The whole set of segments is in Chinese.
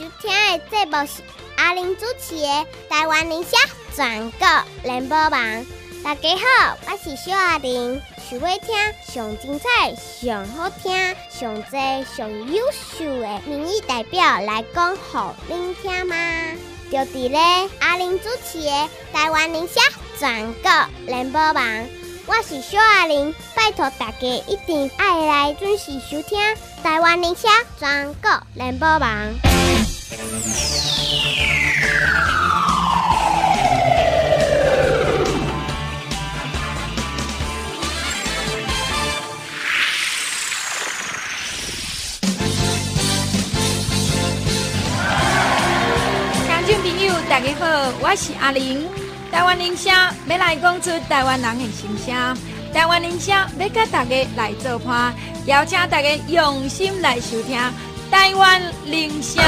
听的节目是阿玲主持的台湾人社全国联播网。大家好，我是小阿玲。想要听上精彩、上好听、上多、上优秀的民意代表来讲给您听吗？就伫咧阿玲主持的台湾人社全国联播网。我是小阿玲，拜托大家一定要来准时收听台湾人社全国联播网。 听众朋友，大家好，我是阿玲。台湾人社要来讲出台湾人的心声，台湾人社要甲大家来做伴，邀请大家用心来收听台湾人社。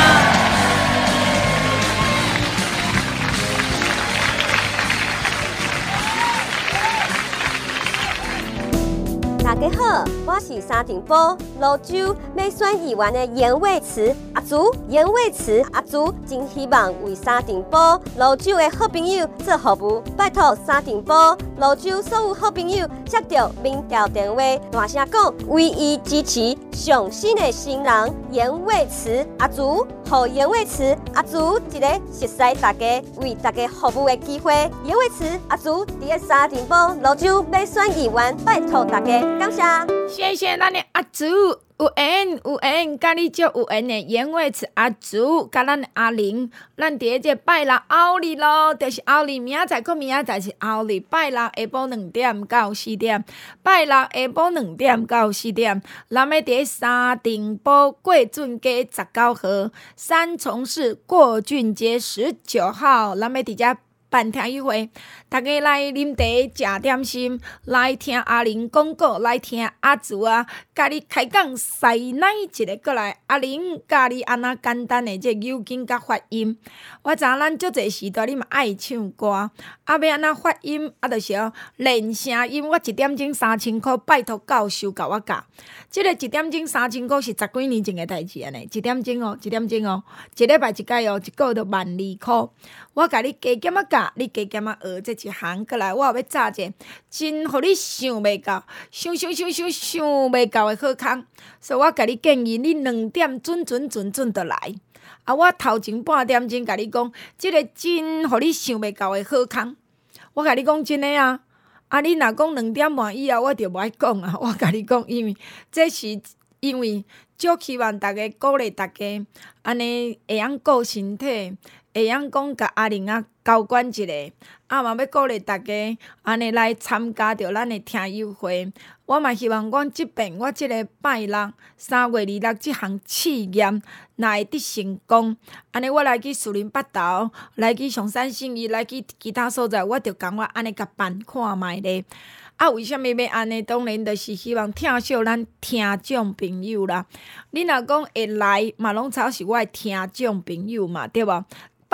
大家好，我是沙尘暴泸州要选议员的严伟慈阿祖。严伟慈阿祖真希望为沙尘暴泸州的好朋友做服务，拜托沙尘暴泸州所有好朋友接到民调电话，大声讲唯一支持上新的新人严伟慈阿祖，予严伟慈阿祖一个熟悉大家、为大家服务的机会。严伟慈阿祖伫个沙尘暴泸州要选议员，拜托大家。感谢谢咱的阿祖，有缘，甲你足有缘的严伟慈阿祖，甲咱的阿玲，咱伫个拜六后日咯，就是后日，明仔载搁明仔载是后日，拜六下晡2点到4点，拜六下晡2点到4点，咱要伫沙尘暴过圳街19号，三重市过圳街19号，咱要伫遮办听友会，大家来啉茶、食点心，来听阿玲广告，来听阿祖啊，甲你开讲西奶一个过来。阿玲教你安那简单的这语音甲发音。我知影咱足侪时代你嘛爱唱歌，要安那发音，就是练声音。我1点钟3000块，拜托教授甲我教。这个1点钟3000块是10几年前的代志安尼。1点钟哦，一礼拜一届哦，一个月就1200块。我甲你加减啊教，你加减啊学这一行过来，我要炸一个真互你想袂到、想袂到的好康。所以我甲你建议，你2点准就来。我头前半点钟甲你讲，这个真互你想袂到的好康。我甲你讲真诶啊！你若讲2点半以后，我就无爱讲啊。我甲你讲，这是因为足希望大家鼓励大家，安尼会晓顾身体。会晓讲甲阿玲啊交管一下，嘛要鼓励大家安尼来参加着咱的听友会。我嘛希望我即遍我即个拜六3月26即项试验若会得成功，安尼我来去士林北投，来去上山信义，来去其他所在，我着共我安尼甲办看卖咧。为什么要安尼？当然就是希望疼惜咱听众朋友啦。你若讲会来，嘛拢超是我的听众朋友嘛，对无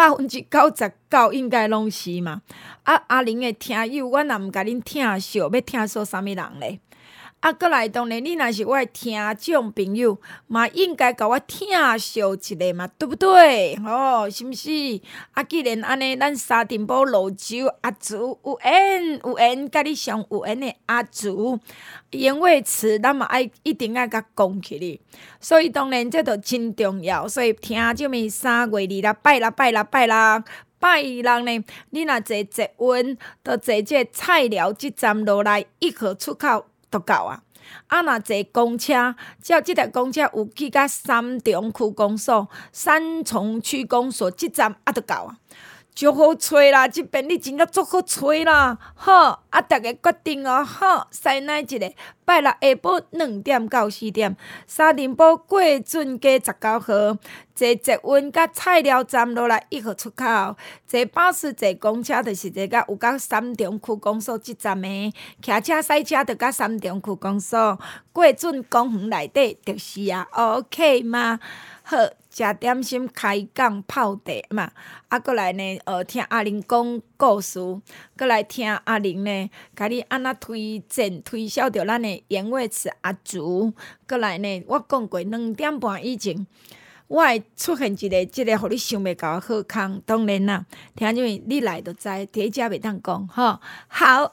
？99%应该拢是嘛。阿玲的听友，我若毋甲恁疼惜，要疼惜啥物人咧？过来当然，你若是我的听众朋友，嘛应该甲我疼惜一下嘛，对不对？是毋是？既然安尼，咱沙尘暴泸州阿祖有缘，甲你上有缘的阿祖严伟慈，咱嘛爱一定爱甲讲起哩。所以当然，这就真重要。所以听这么3月26拜六呢，你若坐捷运，就坐这菜鸟这站落来1号出口。就到啊！若坐公车，只要这台公车有去到三重区公所、三重区公所这站就到啊！足好找啦，这边你真个足好找啦！好，大家决定哦，好，西奶一个拜六下晡2点到4点，沙尘暴过圳街19号，坐捷运甲菜鸟站落来1号出口，坐巴士、坐公车，就是坐甲有甲三重区公所这站的，骑车、驶车，就甲三重区公所过圳公园内底，就是啊 ，OK 吗？好。食点心、开讲、泡茶嘛，过来呢，听阿玲讲故事，过来听阿玲呢，甲你安那推销着咱的严伟慈阿祖，过来呢，我讲过2点半以前， 我会出现一个，互你想袂到的好康。当然啦，听众们你来就知，第一只袂当讲吼。好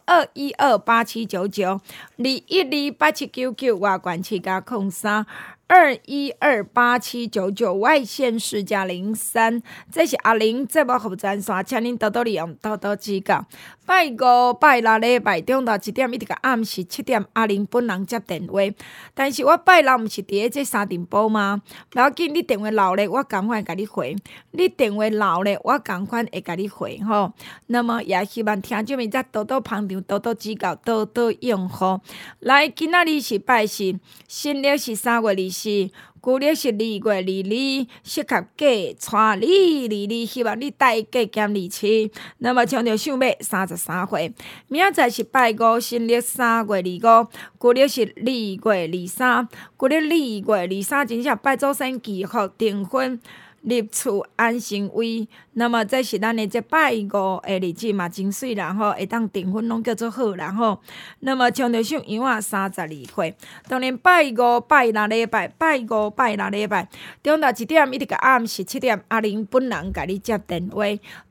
，212879921287799外管7加03。2128799外线4加03，这是阿玲节目服务专线，请您多多利用，多多指教。拜5、拜6礼拜中昼1点一直到暗时7点，阿玲本人接电话。但是我拜6毋是伫这沙尘暴吗？不要紧，你电话留咧，我赶快甲你回；你电话留咧，我赶快会甲你回吼。那么也希望听众们再多多捧场，多多指教，多多拥护。来，今仔日是拜四，新历是3月24。旧历是2月22，适合嫁娶你，希望你带嫁减27。那么，抢着想买33岁。明仔载是拜5，新历3月25，旧历是2月23，旧历2月23真正拜祖先祈福订婚。入厝安心位，那么这是咱的这拜5的日子嘛，真水啦吼，会当订婚拢叫做好啦吼。那么抢着上羊仔32岁，当然拜5、拜6礼拜，拜5、拜6礼拜，中昼1点一直到暗时7点，阿玲本人甲你接电话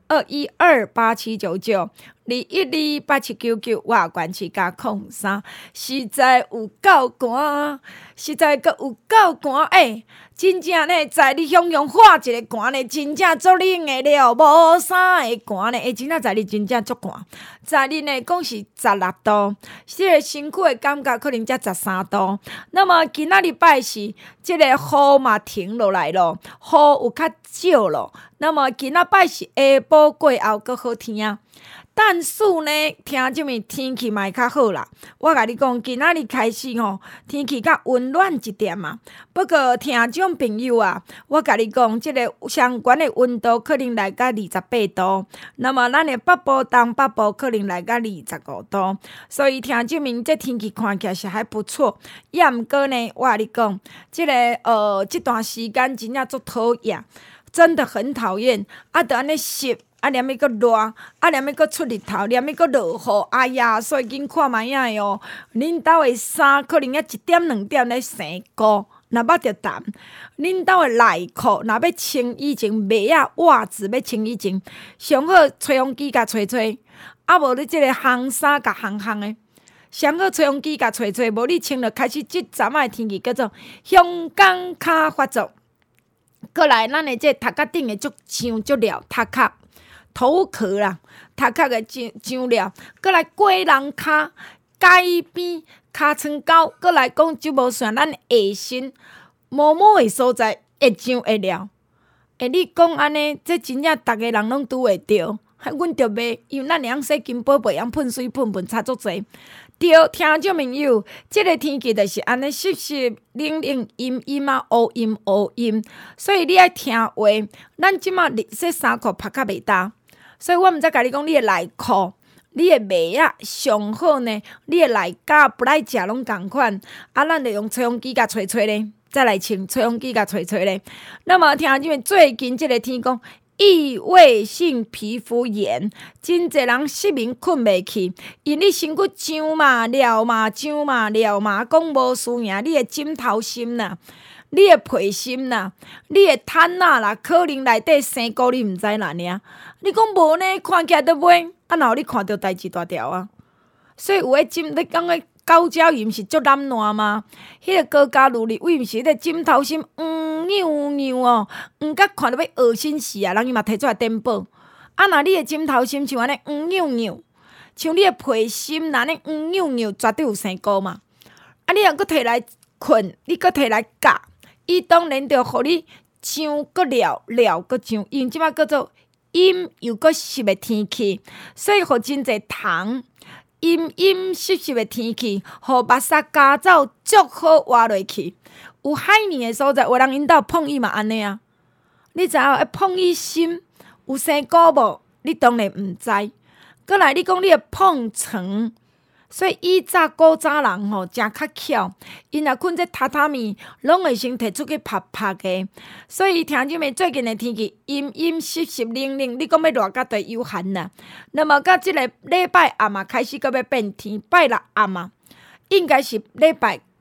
212879921287799外管7加03，实在有够寒，实在阁有够寒真正呢，在你向化一个寒呢，真正足冷的了，无啥会寒呢，真正在你真正足寒，在你呢讲是16度，这个身躯的感觉可能才13度。那么今仔日拜四，这个雨嘛停落来咯，雨有较少咯。那么今仔拜四下晡过后阁好天啊。但是呢，听众们天气嘛会较好啦。我甲你讲，今仔日开始吼，天气较温暖一点嘛。不过听众朋友啊，我甲你讲，这个相关的温度可能来到28度，那么咱的北部、东北部可能来到25度。所以听众们，这天气看起来是还不错。也毋过呢，我甲你讲，这个这段时间真正足讨厌，真的很讨厌。就安尼湿。连咪阁热，连咪阁出日头，连咪阁落雨，哎呀，所以紧看卖影哦。恁兜的衫可能要1点2点咧洗过，若捌着淡。恁兜的内裤若要清以前，袜仔袜子要清以前，上好吹风机甲吹吹，无你即个烘衫甲烘烘的，上好吹风机甲吹吹，无你清了开始即阵仔的天气叫做香港脚发作。过来，咱的这头壳顶的足痒足了头壳。头壳啦，头壳个痒了，过来过人骹、街边、尻川沟，过来讲就无算咱下身某某个所在会痒会了。你讲安尼，这真正逐个人拢拄会着，阮着袂，因为咱会晓洗金宝贝，会喷水喷差足侪。着，听众朋友，即个天气就是安尼湿湿、冷冷、阴阴啊、乌阴乌阴，所以你爱听话。咱即马洗衫裤晒较袂干。所以我毋知甲你讲，你的内裤、你的袜仔上好呢，你的内甲不来食拢共款，咱就用吹风机甲吹吹咧，再来穿吹风机甲吹吹咧。那么听众们，最近即个天讲异位性皮肤炎，真侪人失眠困袂去，因你身躯痒嘛、了嘛、痒嘛、了嘛，讲无输赢，你的枕头心啦。你的皮心啦，你的毯仔啦，可能内底生菇你毋知啦尔。你讲无呢？看起来都袂，哪有你看到代志大条啊？所以有诶枕，你讲诶高脚伊毋是足懒惰吗？迄个高加路里位毋是迄个枕头心扭哦，甲看到要恶心死啊！人伊嘛摕出来颠簸。若你的枕头心像安尼扭，像你的皮心若安尼扭，绝对有生菇嘛。你若搁摕来困，你搁摕来夹。伊当然着互你痒搁了搁痒，因即摆叫做阴又搁湿的天气，所以互真侪虫阴湿的天气，互目屎加走足好活落去。有海绵的所在，有人因兜碰伊嘛安尼啊。你知影碰伊心有生菇无？你当然毋知。过来，你讲你的碰床。所以以早古早人吼真较巧，因若困这榻榻米，拢会先摕出去拍的。所以听众们最近的天气阴湿冷，你讲要热甲就有限啦。那么到即个礼拜暗嘛开始，搁要变天，拜六暗嘛，应该是礼拜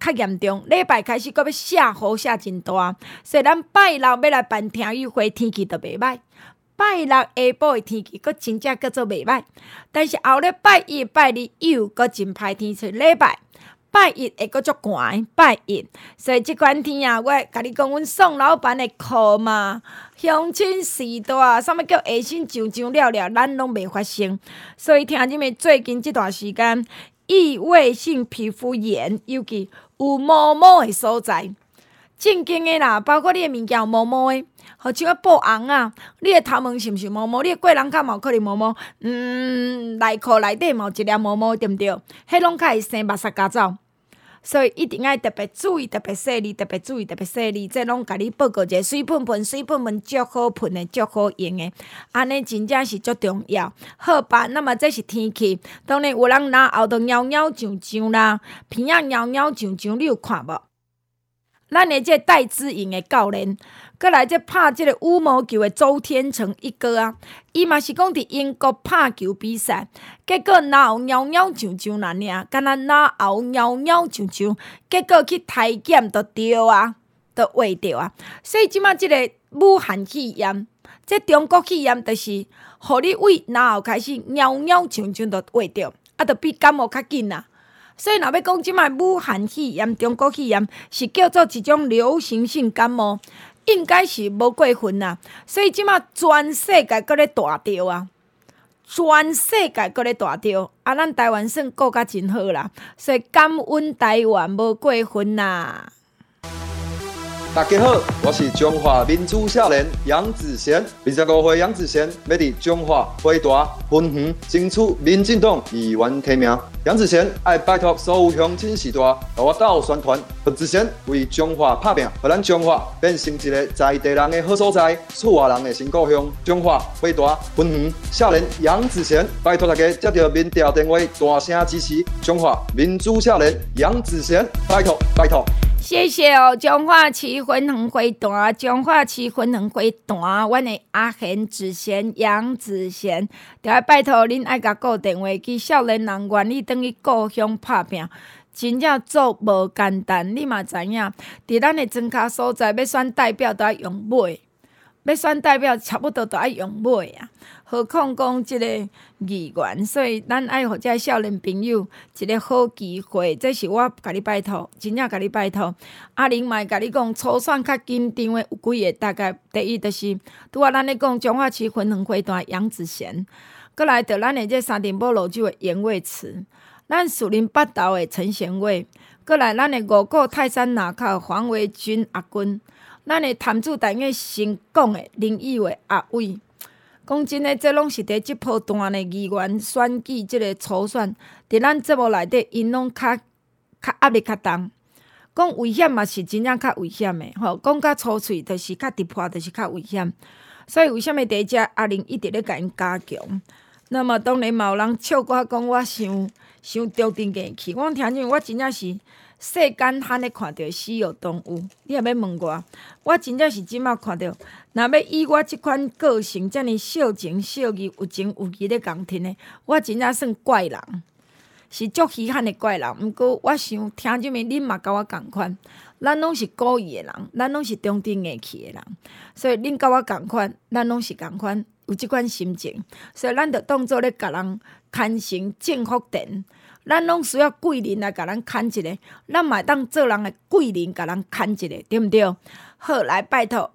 较严重，礼拜开始阁要下雨下真大，所以咱拜六要来办听雨会，天气就袂歹。拜六下晡的天气阁真正叫做袂歹，但是后日拜一、拜二又阁真歹天气，礼拜一会阁足寒，拜一，所以即款天啊，我甲你讲，阮宋老板的课嘛，乡亲时代，啥物叫下身上了了，咱拢袂发生。所以听入面最近即段时间，异位性皮肤炎，尤其有毛毛的所在，正经的啦，包括你的物件有毛毛的，好像啊布红啊，你的头毛是毋是毛毛？你的过人骹嘛有可能毛毛，内裤内底嘛有一粒毛毛，对毋对？迄拢较会生目屎甲走。所以一定要特别注意，特别细腻，特别注意，特别细腻。这拢甲你报告一个水喷喷足好喷的，足好用的，安尼真正是足重要。好吧，那么这是天气，当然有人拿后头袅袅上上啦，鼻仔袅袅上上，你有看无？咱的这戴资颖的教练，过来这拍这个羽毛球的周天成一哥啊，伊嘛是讲伫英国拍球比赛，结果哪有袅袅上上啦尔，敢若哪有袅袅上上，结果去体检就对啊，就画着啊。所以即马即个武汉肺炎，这中国肺炎就是互你胃哪有开始袅袅上上就画着，啊，就比感冒较紧啦。所以，若要讲即卖武汉肺炎、中国肺炎是叫做一种流行性感冒，应该是无过分啦。所以即卖全世界搁咧大着啊，全世界搁咧大着啊，咱台湾算顾甲真好啦。所以感恩台湾无过分啦。 大家好，我是中华民主少年杨子贤。25岁杨子贤要伫中华回大分园争取民进党议员提名。杨子贤爱拜托所有乡亲时代，和我斗宣传，让子贤为中华打拼，让咱中华变成一个在地人的好所在，厝外人的新故乡。中华回大分园少年杨子贤，拜托大家接到民调电话，大声支持中华民主少年杨子贤，拜托拜托。 谢谢哦，中华市分园回大，中华市分园回大，阮的阿贤子贤、杨子贤，就要拜托恁爱甲顾电话去，少年人愿意转去故乡拍拼，真正做无简单。你嘛知影，伫咱的庄脚所在，要选代表都要用买，要选代表差不多都要用买啊。何况讲即个议员，所以咱爱互遮少年朋友一个好机会，这是我甲你拜托，真正甲你拜托。阿玲嘛甲你讲，初选较紧张的有几个，大概第一就是拄仔咱咧讲中华区分园会大杨子贤，过来着咱的这三重埔路州的严卫慈，咱树林北投的陈贤伟，过来咱的五股泰山那口黄维军阿军，咱的潭子台嘅新港的林义伟阿伟。讲真诶，这拢是伫即波段的议员选举即个初选，伫咱节目内底，因拢较压力较重。讲危险嘛是真正较危险的，吼。讲较粗脆，就是较直破，就是较危险。所以为什么伫遮阿玲一直咧甲因加强？那么当然嘛有人笑我讲我伤中定硬气。我听见我真正是世间罕咧看到稀有动物。你也要问我真正是即马看到。若要以我即款个性，遮尔小情小义、有情有义咧共听的，我真正算怪人，是足稀罕的怪人。毋过我想听入面恁嘛甲我共款，咱拢是故意的人，咱拢是中定硬气的人，所以恁甲我共款，咱拢是共款，有即款心情，所以咱着当作咧甲人牵成正福电。咱拢需要贵人来甲咱牵一个，咱嘛当做人的贵人甲咱牵一个，对毋对？好，来拜托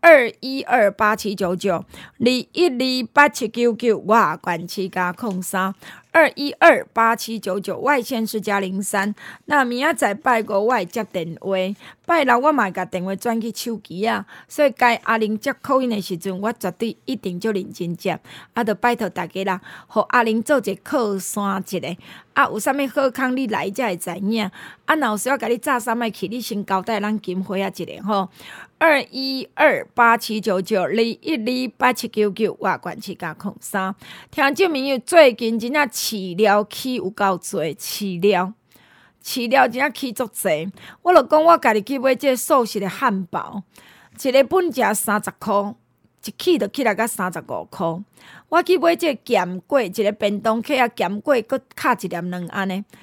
212879921287799外管7加03，2128799外线是加03。那明仔载拜五我会接电话，拜六我嘛会甲电话转去手机啊，所以该阿玲接口音的时阵，我绝对一定就认真接。啊，就拜托大家啦，互阿玲做一个靠山一个。啊，有啥物好康你来才会知影。啊，若有需要甲你炸啥物去，你先交代咱金花啊一个吼。212879921287799外管7加03。听众朋友最近真正饲料起有够多，饲料真正起足济。我就讲我家己去买这个素食的汉堡，一个本价30块，一起就起来到35块。我去买这个咸粿，一个便当客啊，咸粿搁卡一粒卵安尼，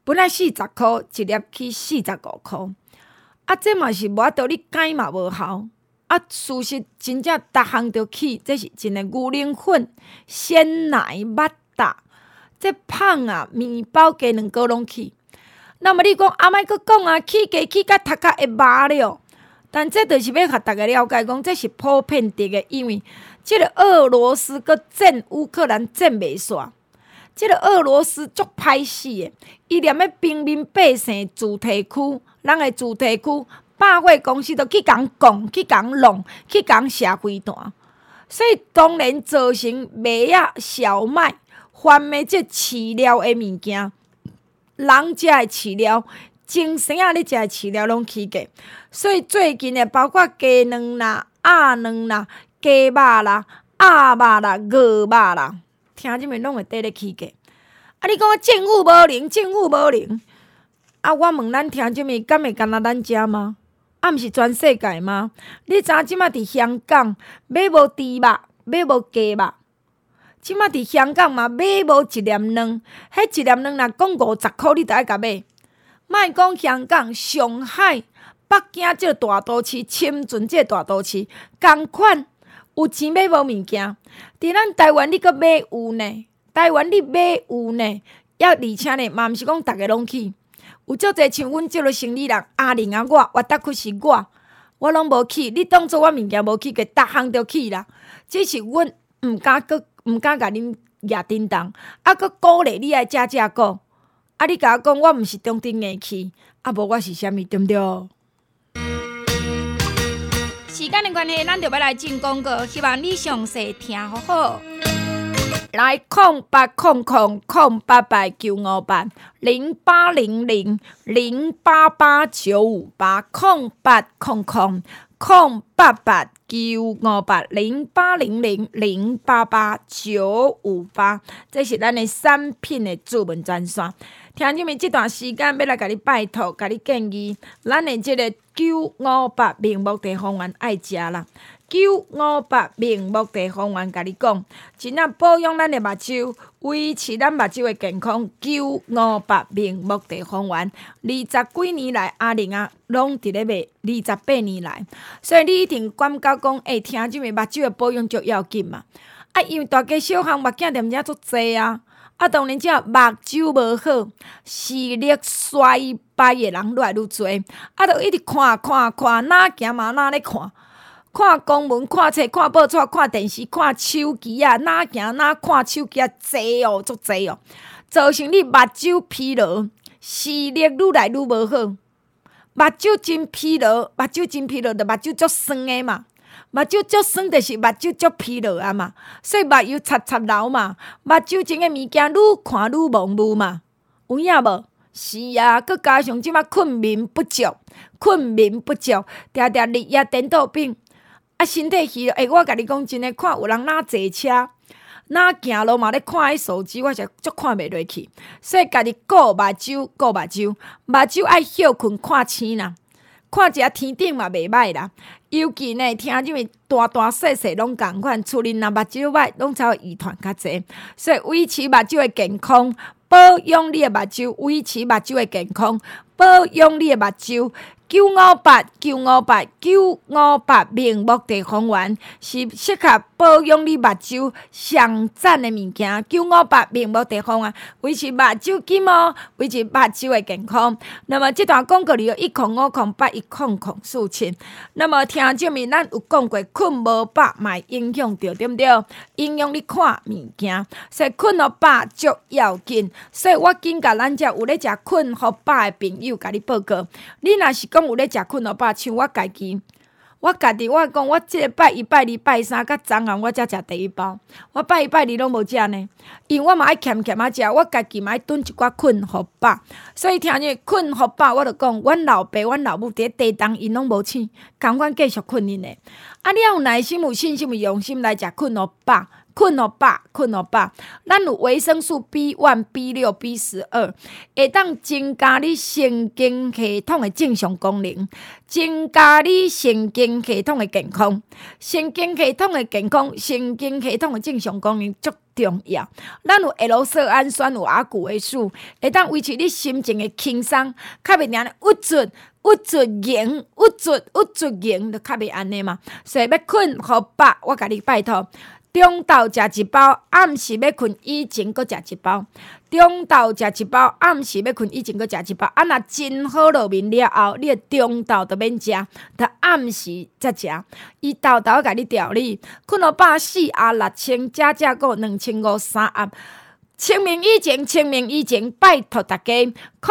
本来40箍一粒去45箍，这嘛是无法度，你改嘛无效。事实真正逐项都起，这是真诶。牛奶粉、鲜奶、麦达，这胖啊，面包鸡卵糕拢起。那么你讲莫阁讲啊，起价起甲头壳会麻了。但这就是要互大家了解，讲这是普遍的个，因为这个俄罗斯佮战乌克兰战袂煞。这个俄罗斯足歹死的，伊连咧平民百姓主题区，人的主题区，百货公司都去共讲，去共弄，去共社会弹，所以当然造成麦啊、小麦、贩卖这饲料的物件，人食的饲料、精神啊咧食的饲料拢起价，所以最近的包括鸡卵啦、鸭卵啦、鸡肉啦、鸭肉啦、鹅肉啦。听即面拢会缀咧起价，你讲政府无灵，政府无灵，我问咱听即面，敢会干那咱遮吗？毋是全世界吗？你知影即马伫香港买无猪肉，买无鸡肉，即马伫香港嘛买无一粒卵，迄一粒卵若讲50箍，你着爱甲买。莫讲香港、上海、北京即个大都市，深圳即个大都市，共款。有钱买无物件，伫咱台湾你阁买有呢？台湾你买有呢？而且呢，嘛毋是讲逐个拢去，有足侪像阮即落生理人阿玲啊，我特区是我拢无去。你当作我物件无去过，逐项都去啦。只是阮毋敢甲恁举叮当，阁鼓励你爱食果。你甲我讲，我毋是中正硬去，无我是啥物，对毋对？时间的关系，咱就要来进广告，希望你详细听好好。来0800-088-958，0800-088-958，这是咱的产品的主文专线。听见没？这段时间要来甲你拜托，甲你建议，咱的这个958明目地方丸爱食啦。958明目地方丸，甲你讲，真正保养咱的目睭，维持咱目睭的健康。958明目地方丸，20几年来，阿玲啊，拢伫咧卖，28年来，所以你一定感觉讲，听即个目睭的保养足要紧嘛。因为大家小项目镜店遮足济啊。当然，目睭无好、视力衰败的人愈来愈多，就一直看，哪行嘛哪咧看，看公文、看册、看报纸、看电视、看手机啊，哪行哪看手机啊，济哦，足济哦，造成你目睭疲劳、视力愈来愈无好，目睭真疲劳，就目睭足酸的嘛。目睭足酸，就是目睭足疲劳啊嘛，所以目睭擦流嘛，目睭前的物件愈看愈模糊嘛，有影无？是啊，佮加上即马困眠不足，常常日夜颠倒病，身体虚劳。我甲你讲真诶，看有人哪坐车，哪行路嘛咧看迄手机，我是足看袂落去，所以家己顾目睭爱休困看星啦。看一下天顶嘛袂歹啦，尤其呢，听即个大细拢共款，厝里若目睭歹，拢才会遗传较济，所以维持目睭的健康，保养你的目睭，维持目睭的健康，保养你的目睭。958明目地方丸是适合保养你目睭上赞的物件。958明目地方丸维持目睭紧哦，维持目睭的健康。那么这段广告里有105081004。那么听证明咱有讲过，困无饱嘛影响到，对不对？影响你看物件，所以困无饱足要紧。所以我紧甲咱遮有咧食困无饱的朋友，甲你报告，你若是讲有咧食困无饱，像我家己，我讲，我即个拜1、拜2、拜3甲昨暗我才食第一包，我拜1、拜2拢无食呢，因为我嘛爱欠啊食，我家己嘛爱炖一寡困无饱，所以听见困无饱，我就讲，阮老爸、阮老母伫地动，因拢无醒，共阮继续困因的。你要有耐心、有信心、有用心来食困无饱。 困互饱，咱有维生素 B1、B6、B12， 会当增加你神经系统的正常功能，增加你神经系统的健康。神经系统的健康，神经系统的正常功能足重要。咱有 L 色氨酸，有阿古维素，会当维持你心情的轻松，较袂让郁卒型，就较袂安尼嘛。所以要困互饱，我甲你拜托。中昼食一包，暗时要困以前搁食一包。中昼食一包，暗时要困以前搁食一包。若真好落面了后，你中昼就免食，着暗时才食。伊豆豆甲你调理，困互饱4盒6000，加个2500，3盒。清明以前，拜托大家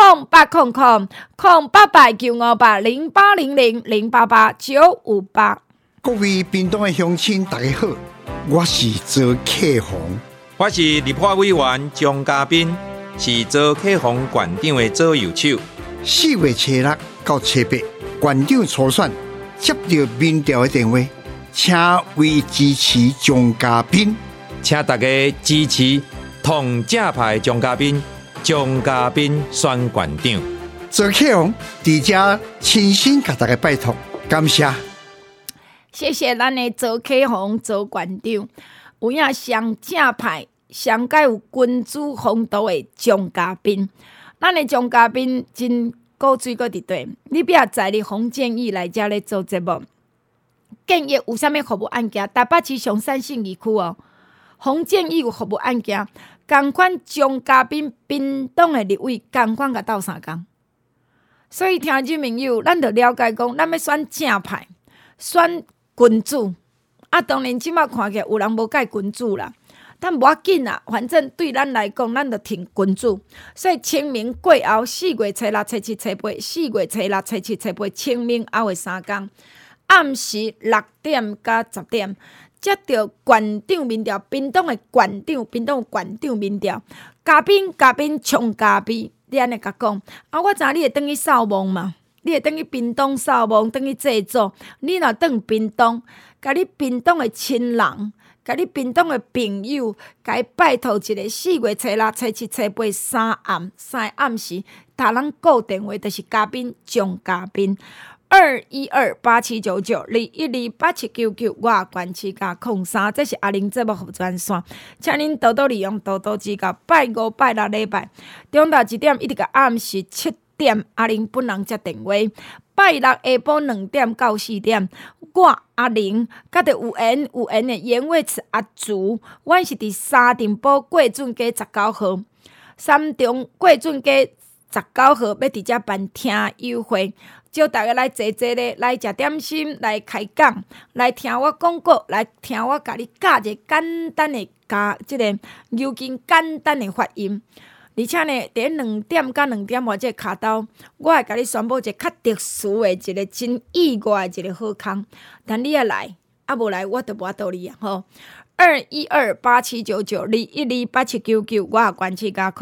0800-958-088-088-958。 各位屏东的乡亲，大家好，我是周克宏， 我是立法委员张嘉宾，是周克宏馆长的左右手。 4月初6到初8，馆长初选接到民调的电话，请为支持张嘉宾， 请大家支持同正派张嘉宾选馆长。 周克宏伫遮亲身甲大家拜托，感谢。 谢谢咱的周启宏周馆长，有影上正派、上界有君主风度的张嘉宾。咱的张嘉宾真古水搁伫地，你别在你洪建议来遮咧做节目。建议有啥物服务案件？台北市上善信义区哦，洪建议有服务案件，同款张嘉宾屏东的立委，同款甲斗相共。所以听众朋友，咱着了解讲，咱要选正派，选君主啊，当然即摆看起来有人无介君主啦，但无要紧啦，反正对咱来讲，咱就挺君主。所以清明过后，4月初6、初7、初8，4月初6、初7、初8，清明后的3天，暗时6点到10点，接到馆长民调，屏东的馆长民调，嘉宾冲嘉宾，你安尼甲讲，啊，我知你会转去扫墓嘛？你会转去屏东扫墓，转去祭祖。你若转屏东，甲你屏东的亲人，甲你屏东的朋友，甲伊拜托一个4月初6、初7、初83暗时，逐人固电话就是嘉宾张嘉宾212879921287799，我关市加03，这是阿玲节目服务专线，请恁多多利用，多多指教。拜5、拜6礼拜，中昼1点一直到暗时7点，阿玲本人接电话。拜6下晡2点到4点，我阿玲甲着有缘的演话词阿竹，阮是伫沙丁堡过准街19号，三重过准街19号要伫遮办听友会，招大家来坐咧，来食点心，来开讲，来听我广告，来听我甲你教一个简单的即个牛筋简单的发音。而且呢，伫2点到2点外这个卡刀，我会甲你宣布一个较特殊的、一个真意外的一个好康。但你要来，啊无来我就无法度你啊吼。212879921287799，我关市加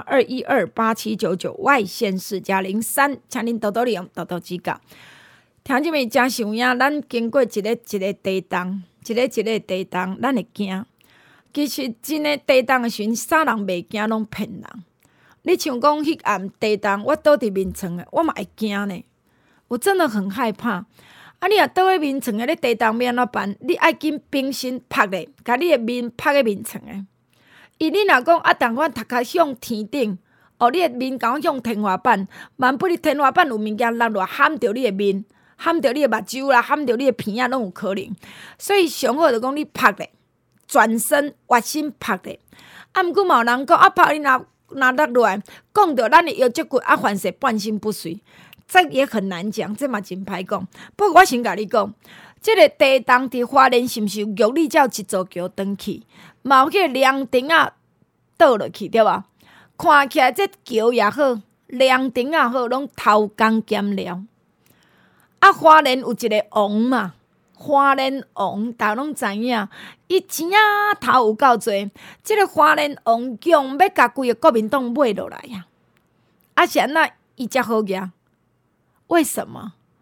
03，2128799外县市加03，请恁多多利用，多多指教。听这边真想影，咱经过一个地动，一个地动，咱会惊。其实真诶地动诶时阵，啥人袂惊，拢骗人。你像讲迄暗地动，我倒伫眠床诶，我嘛会惊呢。我真的很害怕。啊，你若倒喺眠床诶，你地动要安怎办？你爱紧平身拍咧，甲你诶面拍喺眠床诶。伊你若讲啊，同款头壳向天顶，哦，你诶面甲向天花板，万不你天花板有物件落落，撼着你诶面，撼着你诶目睭啦，撼着你诶鼻仔，拢有可能。所以上好就讲你拍咧。全身活心拍的，啊！毋过嘛有人讲啊，拍你若落落来，讲到咱的腰脊骨啊，凡是半身不遂，这也很难讲，这嘛真歹讲。不过我先甲你讲，这个地动伫花莲是毋是有玉里照一座桥断去，嘛有迄个凉亭啊倒落去对吧？看起来这桥也好，凉亭也好，拢偷工减料。啊，花莲有一个王嘛。花莲王，大家拢知影，伊钱啊头有够多。即个花莲王强要甲规个国民党买落来啊！啊，是安那伊才好个？为什么？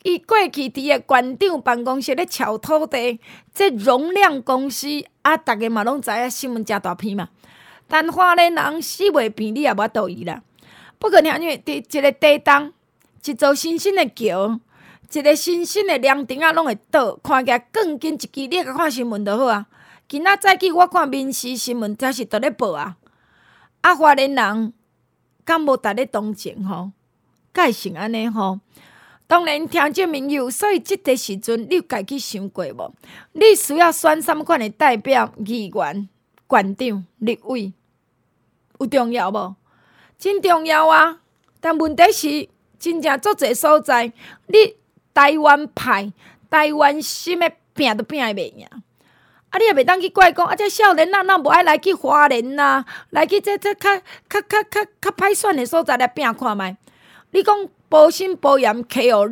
伊过去伫个馆长办公室咧撬土地，这容量公司啊，逐个嘛拢知影新闻真大篇嘛。但花莲人死袂变，你也无法度伊啦。不过听见伫一个地洞，一座新兴的桥，一个新兴的凉亭啊，拢会倒，看起来更紧一支。你甲看新闻就好啊。今仔早起我看民视新闻，才是伫咧报啊。啊，花莲人敢无值咧同情吼？敢会成安尼吼？当然，听众朋友，所以即个时阵，你有家己想过无？你需要选什么款的代表？议员、馆长、立委，有重要无？真重要啊！但问题是，真正足侪所在，你台湾派、台湾心的拼都拼袂赢。啊，你也袂当去怪讲，啊，这少年仔哪无爱来去花莲啊，来去这较歹选的所在来拼看觅。你讲保心保严 KO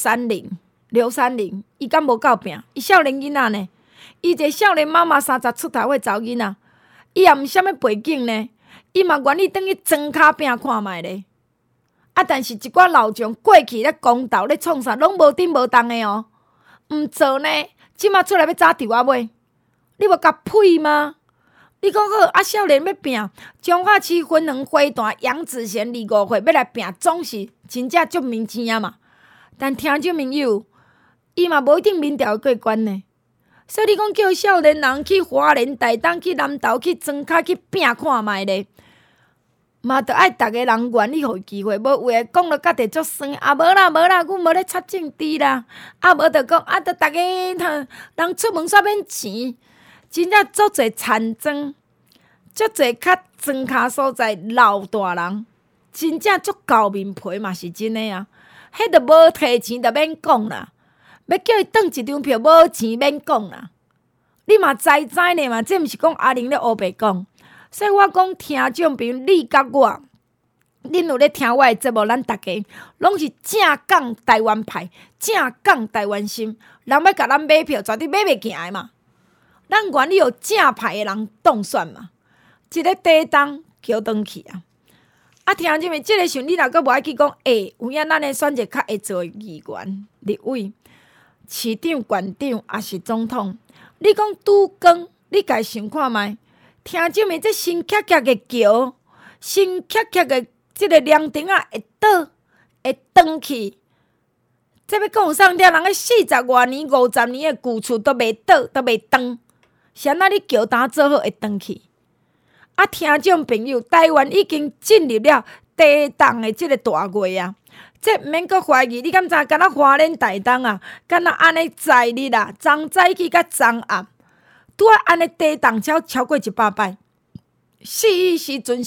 630，伊敢无够拼？伊少年囡仔呢？伊一个少年妈妈30出头的查某囡仔，伊也毋啥物背景呢？伊嘛愿意转去庄脚拼看觅咧。啊，但是一寡老将过去咧公道咧创啥，拢无顶无动的哦，毋做呢，即马出来要早伫我尾。你无甲屁吗？你讲好啊，少年要拼，彰化市分园花坛杨子贤25岁要来拼，总是真正足明星啊嘛。但听众朋友，伊嘛无一定民调过关呢。所以你讲叫少年人去花莲、台东、去南投、去庄脚去拼看觅咧，嘛着爱逐个人愿意互伊机会，无有诶讲了家己足酸啊，无啦，阮无咧插政治啦，啊无着讲啊，着逐个人出门煞免钱。真正足侪残庄，足侪较庄脚所在老大人，真正足厚面皮嘛是真诶啊！迄着无摕钱着免讲啦，要叫伊转一张票无钱免讲啦。你嘛知呢嘛？这毋是讲阿玲咧乌白讲，所以我讲听众朋友，你甲我，恁有咧听我诶节目，咱逐家拢是正港台湾派，正港台湾心，人要甲咱买票，绝对买袂行诶嘛。咱愿意有正派的人当选嘛？一个地洞桥转去啊！啊，听众们，即个时阵你若阁无爱去讲，有影咱的选择较会做议员、立委、市长、县长，也是总统。你讲拄光，你家想看觅？听众们，这新恰恰的桥，新恰恰的即个凉亭啊，会倒会转去。这要讲上了，人个40多年、50年的旧厝都未倒，都未转。是安那你桥单做好会转去？啊，听众朋友，台湾已经进入了地动的即个大月啊！这毋免阁怀疑，你敢知？敢若花莲台东啊，敢若安尼在日啊，昨早起甲昨暗，拄啊安尼地动超过100摆。四时阵，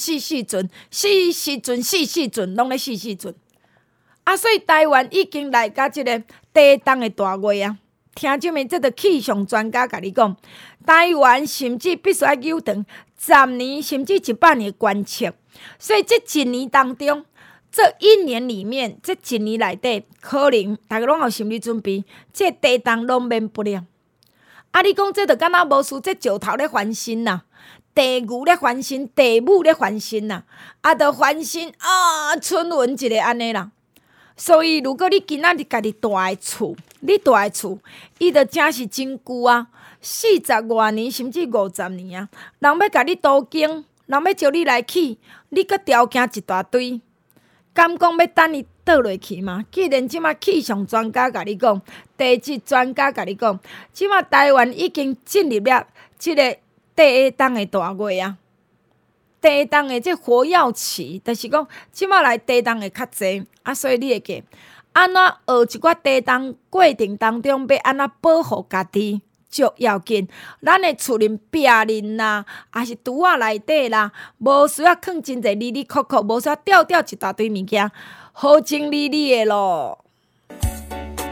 拢咧四阵。啊，所以台湾已经来到即个地动的大月啊！听众们，这个气象专家甲你讲，台湾甚至必须要有长10年甚至100年的观测。所以这1年当中，这1年里面，这1年内底，可能大家拢有心理准备，这地动拢免不了。啊，你讲这就敢若无事，这石头咧翻身呐，地牛咧翻身，地母咧翻身呐，啊，就翻身啊，春运一个安尼啦。所以，如果你今仔日家己住的厝，你住的厝，伊就真是真久啊，40多年甚至50年啊。人要甲你渡经，人要招你来起，你阁条件一大堆，敢讲要等伊倒落去吗？既然即马气象专家甲你讲，地质专家甲你讲，即马台湾已经进入了即个地动的大月啊。地动的这活跃期，就是讲即马来地动的较济啊，所以你会记安怎学一寡地动过程当中要安怎保护家己，足要紧。咱的厝邻壁邻啦，还是厝仔内底啦，无需要放真侪哩扣扣，无需要吊一大堆物件，好整理的咯。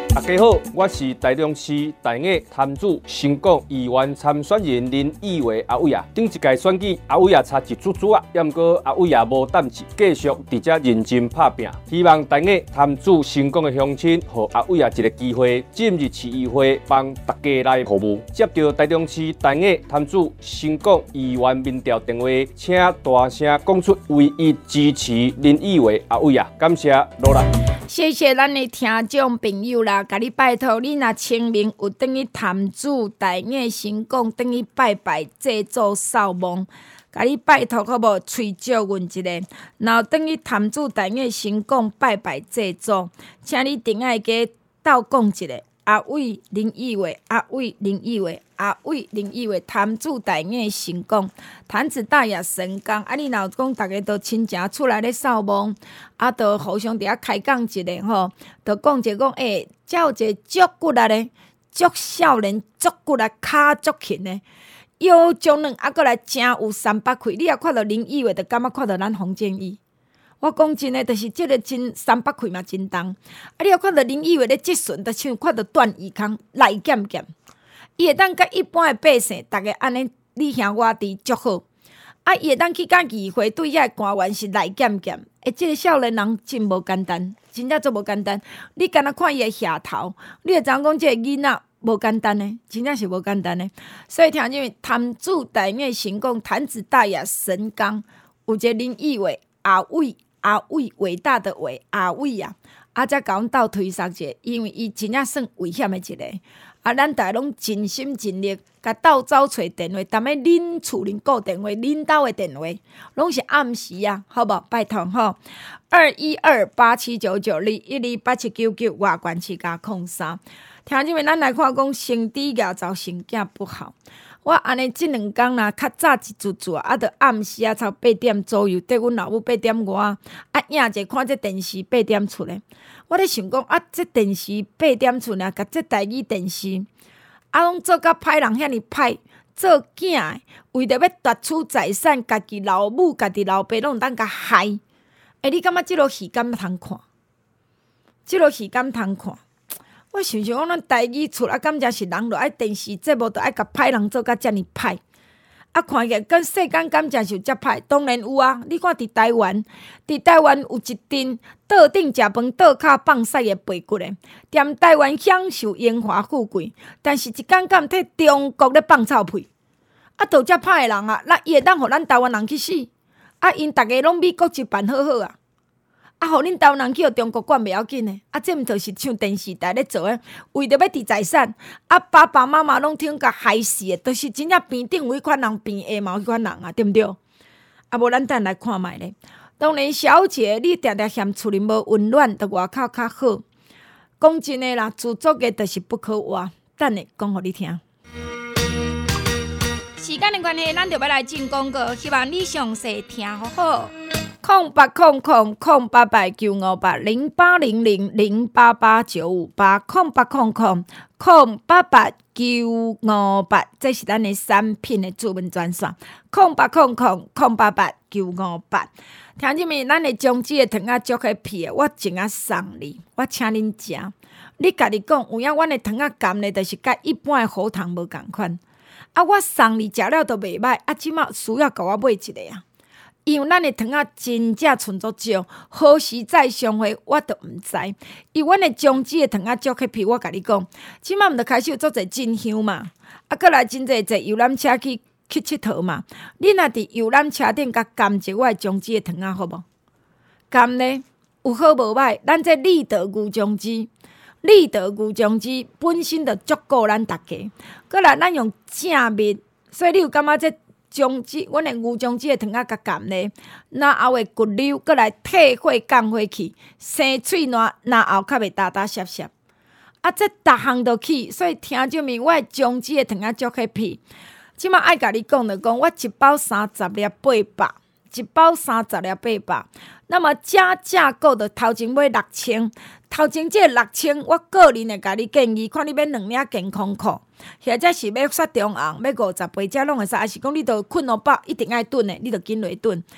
大家好，我是台中市大雅潭子新港议员参选人林义伟阿伟啊。顶一届选举，阿伟啊差一组组啊，也毋过阿伟啊无胆志，继续伫遮认真拍拼。希望大雅潭子新港的乡亲，予阿伟啊一个机会，进入市议会帮大家来服务。接到台中市大雅潭子新港议员民调电话，请大声讲出唯一支持林义伟阿伟啊，感谢努力。 谢谢咱的听众朋友啦，甲你拜托，你若清明有等于潭子大雅新港等于拜拜祭祖扫墓，甲你拜托好无？催借阮一个，然后等于潭子大雅新港拜拜祭祖，请你顶下加斗讲一个。阿伟林义伟，阿伟林义伟，阿伟林义伟，潭子大雅新港，潭子大雅神冈。啊，你若讲大家都亲情出来咧扫墓，啊，都互相伫遐开讲一下吼，都讲一下讲，遮有一个足骨力咧，足少年，足骨力，骹足勤咧，腰中软，啊，过来真有300开。你若看到林义伟，就感觉看到咱洪建义。我讲真诶，就是即个真300开嘛，真重。啊，你若看到林义伟咧即阵，就像看到段义康来减减，伊会当甲一般诶百姓，逐个安尼你兄我弟足好。啊，伊会当去甲议会对遐官员是来减减。即个少年人真无简单，真正足无简单。你敢若看伊诶下头，你会知影讲即个囡仔无简单诶，真正是无简单诶。所以听见潭子大雅新港，潭子大雅神冈，有一个林义伟阿伟。阿伟伟大的伟阿伟啊，才甲阮斗推搡者，因为伊真正算危险的一个。啊，咱大家拢尽心尽力，甲斗走找电话，踮咧恁厝恁顾电话，恁兜的电话，拢是暗时啊，好无？拜托吼，212879921287799外关市加03。听见没？咱来看讲，生子牙早生囝不好。我安尼即2工啦，较早一撮撮啊，着暗时啊，差8点左右，缀阮老母8点外啊，影者看这电视8点出咧。我咧想讲啊，这电视8点出咧，甲这台语电视啊，拢做甲歹人遐尼歹，做囝诶，为着要夺取财产，家己老母、家己老爸拢当甲害。你感觉即落戏敢通看？即落戏敢通看？我想想讲，咱台语厝啊，敢才是人，著爱电视节目，著爱甲歹人做甲遮尔歹。啊，看起来跟世间敢才是遮歹？当然有啊！你看伫台湾有一阵桌顶食饭、桌骹放屎的背骨诶，踮台湾享受荣华富贵，但是一天敢替中国咧放臭屁。啊，都遮歹诶人啊，那伊会当互咱台湾人去死？啊，因逐个拢美国一办好好啊！啊，互恁台湾人去互中国管袂要紧诶，啊，这毋就是像电视台咧做诶，为着要摕财产，啊，爸爸妈妈拢听甲害死诶，都是真正边顶有迄款人，边下嘛有迄款人啊，对毋对？啊，无咱等来看卖咧。当然，小姐你常常嫌厝里无温暖，着外口较好。讲真诶啦，自作嘅就是不可活。等下讲互你听。时间的关系，咱就要来进广告，希望你详细听好好。0800-088-958-088-958-0800-088-958，这是咱的产品的主文专线。0800-088-958。听见没？咱的姜子的糖仔足起皮的，我真啊送你，我请恁食。你家己讲，有影阮的糖仔甘呢，就是甲一般的好糖无共款。啊，我送你食了都袂歹，啊，即马需要甲我买一个啊。因为咱的糖仔真正存足少，何时再相会我都毋知。因为阮的姜子的糖仔足起皮，我甲你讲，即马毋着开始有足侪真香嘛，啊，过来真侪坐游览车去佚佗嘛。你若伫游览车顶甲甘一我的姜子的糖仔好无？甘呢有好无歹？咱这立德牛姜子。立德牛姜子本身就足够咱大家，过来咱用正面，所以你有感觉这姜子，阮的牛姜子的糖仔较咸咧，然后的骨溜，过来退火降火气，生喙软，然后较袂打打涩涩。啊，这逐项都起，所以听证明我的姜子的糖仔足起皮。即马爱甲你讲就讲，我一包30粒800，一包30粒800。那么加价购的头前买6000，头前这6000，我个人会甲你建议，看你买2领健康裤，或者是要雪中红，要50杯，这拢会使，还是讲你着困落饱，一定爱炖的，你着紧来炖。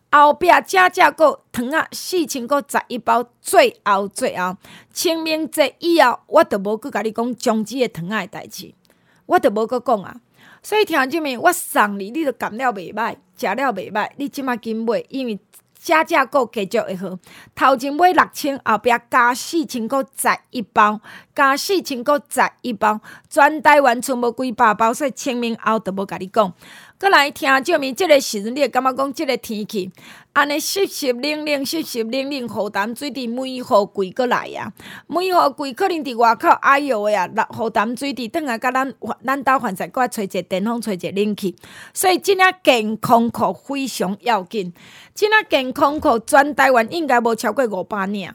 后壁正个糖啊4011包，最后清明节以后，我就无去甲你讲姜子的糖仔的代志，我就无去讲啊。所以听众们，我送你，你就感了袂歹，食了袂歹，你即马紧买，因为正个继续会好。头前买6000，后壁加4000个11包，加4000个11包，全台湾剩无几百包，所以清明后就无甲你讲。过来听众们，即个时阵你会感觉讲即个天气安尼湿冷冷，雨淡水滴，每雨季过来啊，每雨季可能伫外口哎哟的啊，雨淡水滴，转来甲咱兜凡在，搁找一个电风，找一个冷气，所以即领健康裤非常要紧。即领健康裤全台湾应该无超过500领，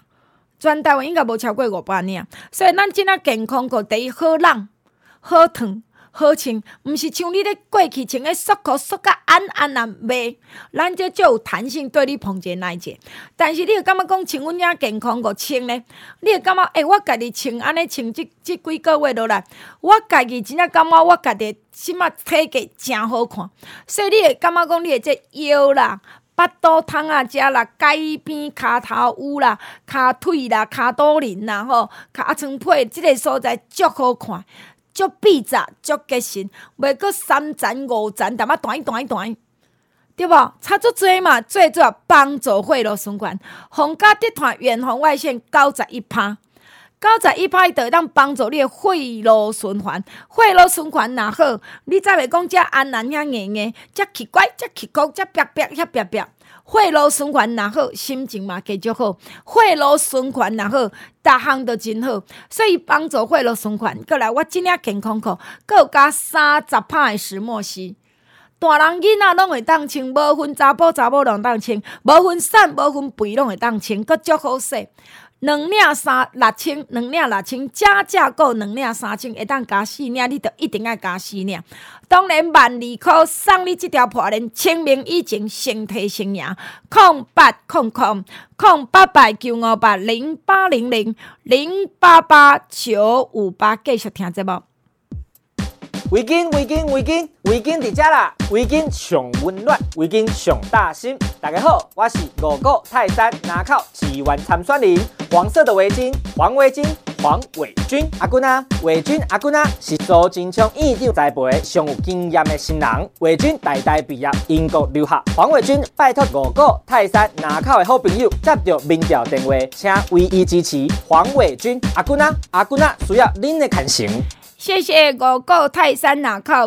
所以咱即领健康裤第一好冷、好烫。好穿，毋是像你咧过去穿个束裤束甲安啊袂，咱这就有弹性，对你碰一耐者。但是你会感觉讲穿阮遐健康裤穿咧，你会感觉我家己穿安尼穿即几个月落来，我家己真正感觉我家己即马体格真好看，所以你会感觉讲你的这腰啦、巴肚汤啊、遮啦、改边、骹头有啦、骹腿啦、骹肚仁啦、骹床皮即个所在足好看。足闭杂，足结实，袂阁3层5层，淡仔断，对无？差足多嘛，最主要帮助血路循环，红甲滴团远红外线91%，91%伊就会当帮助你的血路循环。血路循环若好，你才袂讲遮安然遐硬，遮奇怪，遮奇酷，遮白遐白。血路循环若好，心情嘛继续好。血路循环若好，逐项都真好，所以帮助血路循环。过来，我即领健康裤，阁有加30%的石墨烯。大人囡仔拢会当穿，无分查甫拢当穿，无分瘦无分肥拢会当穿，阁足好势。2领6000，2领6000，正个2领3000，会当加4领，你就一定要加4领。当然，12000块送你这条破链，清明以前先提先赢，08000800080008889558，继续听节目。 围巾伫遮啦！围巾上温暖，围巾上大心。大家好，我是五股泰山拿靠议员参选人，黄色的围巾，黄围巾，黄伟军阿君啊，伟军阿君啊，是苏贞昌院长栽培上有经验的新人。伟军代代毕业，英国留学。黄伟军拜托五股泰山拿靠的好朋友接到民调电话，请唯一支持黄伟军阿君啊，阿君啊，需要恁的牵成。 谢谢五股泰山拿靠，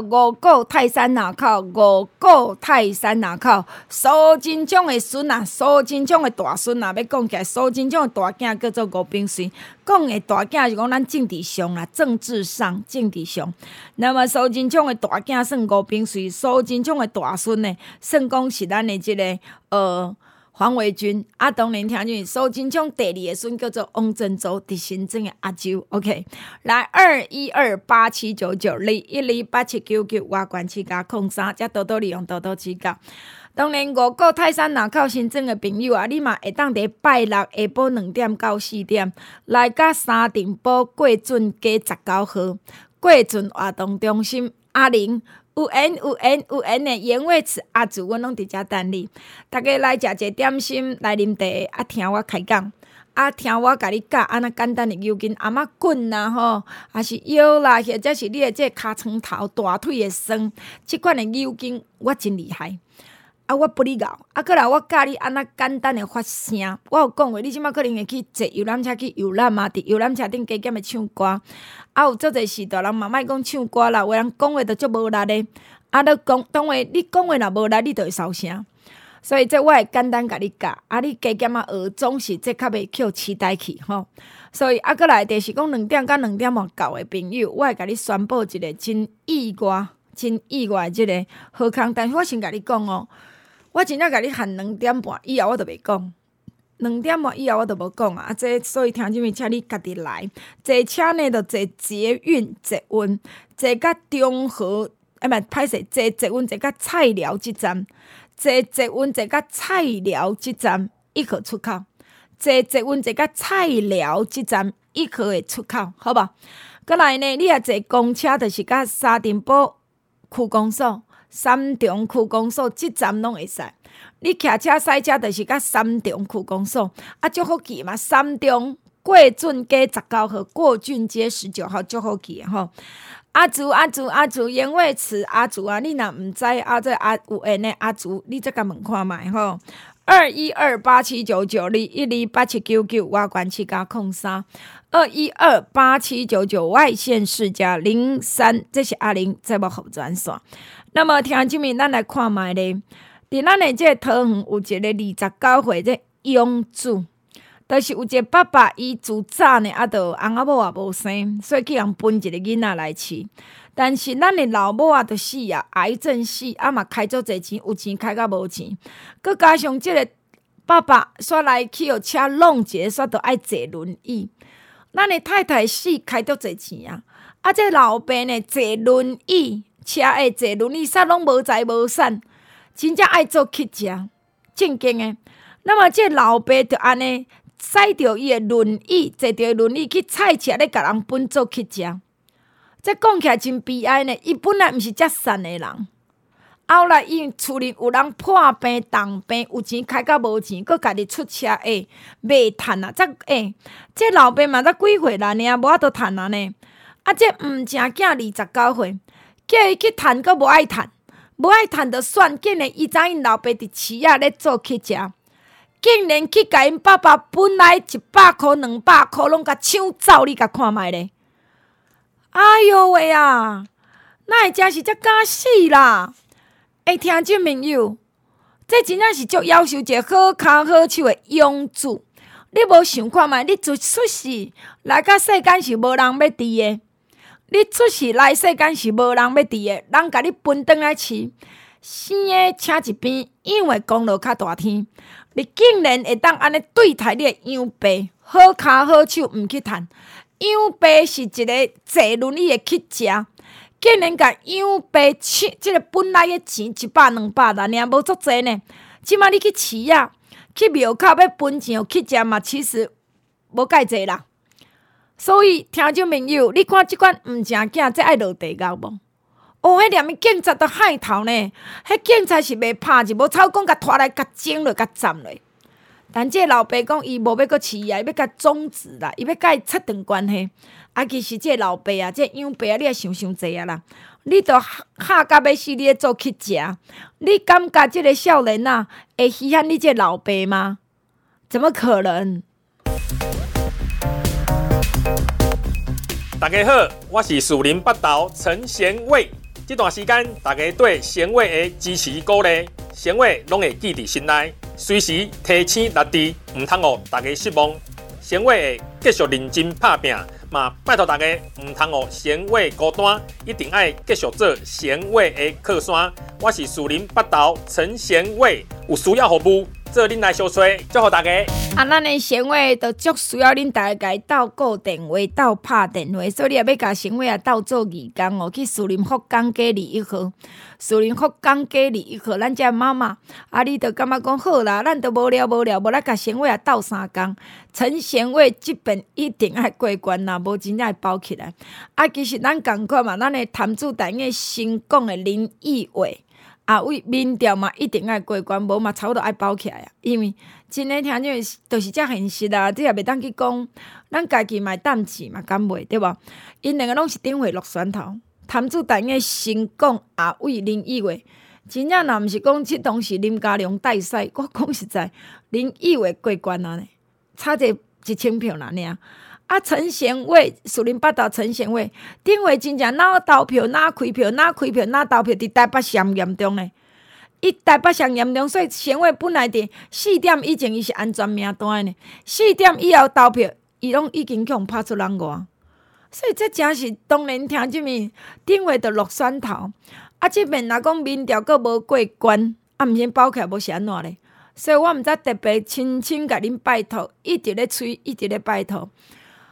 苏贞昌的孙啊，苏贞昌的大孙啊，要讲起来，苏贞昌的大囝叫做吴秉叡，讲的大囝是讲咱政治上啦，政治上。那么苏贞昌的大囝算吴秉叡，苏贞昌的大孙呢，算讲是咱的这个黄维军啊，当然听见苏贞昌第2个孙叫做王振洲，伫新庄的阿舅 ，OK， 来212879921128799外关七加03，才多多利用多多指教。当然，五股泰山拿靠新庄的朋友啊，你嘛会当伫拜六下晡2点到4点来甲三重埔过准街19号过准活动中心阿玲。有缘的盐味池阿祖，阮拢伫遮等你。大家来食一个点心，来啉茶，啊听我开讲，啊听我甲你教安那简单的牛筋，阿妈滚啦吼，还是腰啦，或者是你的这尻川头、大腿的酸，即款的牛筋我真厉害。啊，我不哩咬，啊，过来我教你安那简单的发声。我有讲过，你即马可能会去坐游览车去游览嘛，伫游览车顶加减的唱歌。啊，有足侪时代人嘛，莫讲唱歌啦，有人讲话就足无力的。啊，你讲当话，你讲话若无力，你就会烧声。所以这我会简单甲你教，啊，你加减学，总是这较袂扣期待去吼。所以啊，过来就是讲2点到2点半到的朋友，我会甲你宣布一个真意外的即个好康。但是我先甲你讲哦。我真正甲你限2点半以后，我就袂讲。2点半以后我就无讲啊！这所以听众们，请你家己来。坐车呢，就坐捷运、捷运，坐到中和，歹势，坐捷运坐到菜寮这站，坐捷运坐到菜寮这站1号出口，坐捷运坐到菜寮这站1号的出口，好吧？过来呢，你也坐公车，就是到三重埔区公所。三重区公所这站拢会使， 你骑车驶车就是甲三重区公所，足好记嘛。三重过圳街19号，过圳街19号，足好记吼。阿竹，言尾祠阿竹啊！你若毋知这有缘的阿竹，你再甲问看觅吼。212879921287799外关7加03，2128799外县市加03，这是阿玲节目服转线。那么听即面，咱来看觅咧，伫咱的这个桃园有一个29岁这养子。就是有一个爸爸，伊自早呢，就翁仔某也无生，所以去人分一个囡仔来饲。但是咱的老母就死啊，癌症死，嘛开足侪钱，有钱开甲无钱，佮加上即个爸爸煞来去互车弄一个，煞着爱坐轮椅。咱的太太死开足侪钱啊，这老爸呢坐轮椅，车会坐轮椅，啥拢无财无产，真正爱做乞食，正经的。那么这老爸就安尼。驶着伊的轮椅，坐着轮椅去菜市咧，甲人分做乞食。这讲起来真悲哀呢。伊本来毋是遮善的人，后来因厝里有人破病、重病，有钱开甲无钱，佮家己出车卖趁啊！这老爸嘛才几岁啦呢？无法度趁啊呢？这毋正囝29岁，叫伊去趁，佮无爱趁，无爱趁就算，竟然伊知因老爸伫市仔咧做乞食。竟然去甲因爸爸本来100块、200块，拢甲抢走，你甲看觅咧！哎哟喂啊，哪会真是遮敢死啦？听众朋友，这真正是足夭寿一个好骹好手的养子。你无想看觅，你一出世来到世间是无人要治的，你出世来世间是无人要治的，人甲你分转来饲，生的请一边，养的功劳较大天。你竟然会当安尼对待你的养爸，好骹好手毋去趁。养爸是一个坐轮椅的乞食，竟然甲养爸抢即个本来的钱100、200啦，尔无足侪呢。即摆你去市啊，去庙口要分钱互乞食嘛，其实无介济啦。所以听众朋友，你看即款毋正囝，这爱落地狱无？迄连伊警察都害头呢，迄警察是袂拍一无草讲，甲拖来，甲整落，甲斩落。但这老爸讲，伊无要阁饲伊要甲终止啦，伊要甲伊切断关系。其实这老爸啊，这养爸啊，你也想济啊啦，你都吓甲要死，你咧做乞食，你感觉这个少年啊，会稀罕你这老爸吗？怎么可能？ 大家好，我是树林北投陈贤伟。这段时间，大家对贤伟的支持鼓励，贤伟拢会记伫心内，随时提醒力治，唔通互大家失望。贤伟会继续认真拍拼，嘛拜托大家唔通互贤伟孤单，一定爱继续做贤伟的靠山。我是树林北投陈贤伟，有需要服务，做恁来相找，祝福大家。 咱的贤伟就足需要恁大家斗顾电话、斗拍电话，所以你也要甲贤伟斗做义工哦。去树林福冈街21号，树林福冈街21号，咱遮妈妈你就感觉讲好啦，咱都无聊，无咱甲贤伟斗3工。陈贤伟即边一定爱过关啦，无真正会包起来。其实咱共款嘛，咱的潭子台的新港的林义伟。为民调嘛一定爱过关，无嘛差不多爱包起来啊！因为真诶听种就是遮现实啊，你也袂当去讲，咱家己嘛担钱嘛敢袂对无？因两个拢是顶回落选头，潭子台的新港为林义伟，真正若毋是讲即当时林佳龙带赛，我讲实在，林义伟过关啊呢，差者1000票啦尔。陈贤伟，树林北投陈贤伟，顶回真正哪投票哪开票，哪投票伫台北上严重呢？伊台北上严重，所以贤伟本来伫4点以前伊是安全名单呢，4点以后投票，伊拢已经去互拍出人外，所以这真是当然听即面顶回就落选头，即边若讲民调阁无过关，毋先包起来无是安怎咧？所以我毋知特别亲甲恁拜托，一直咧催，一直咧拜托。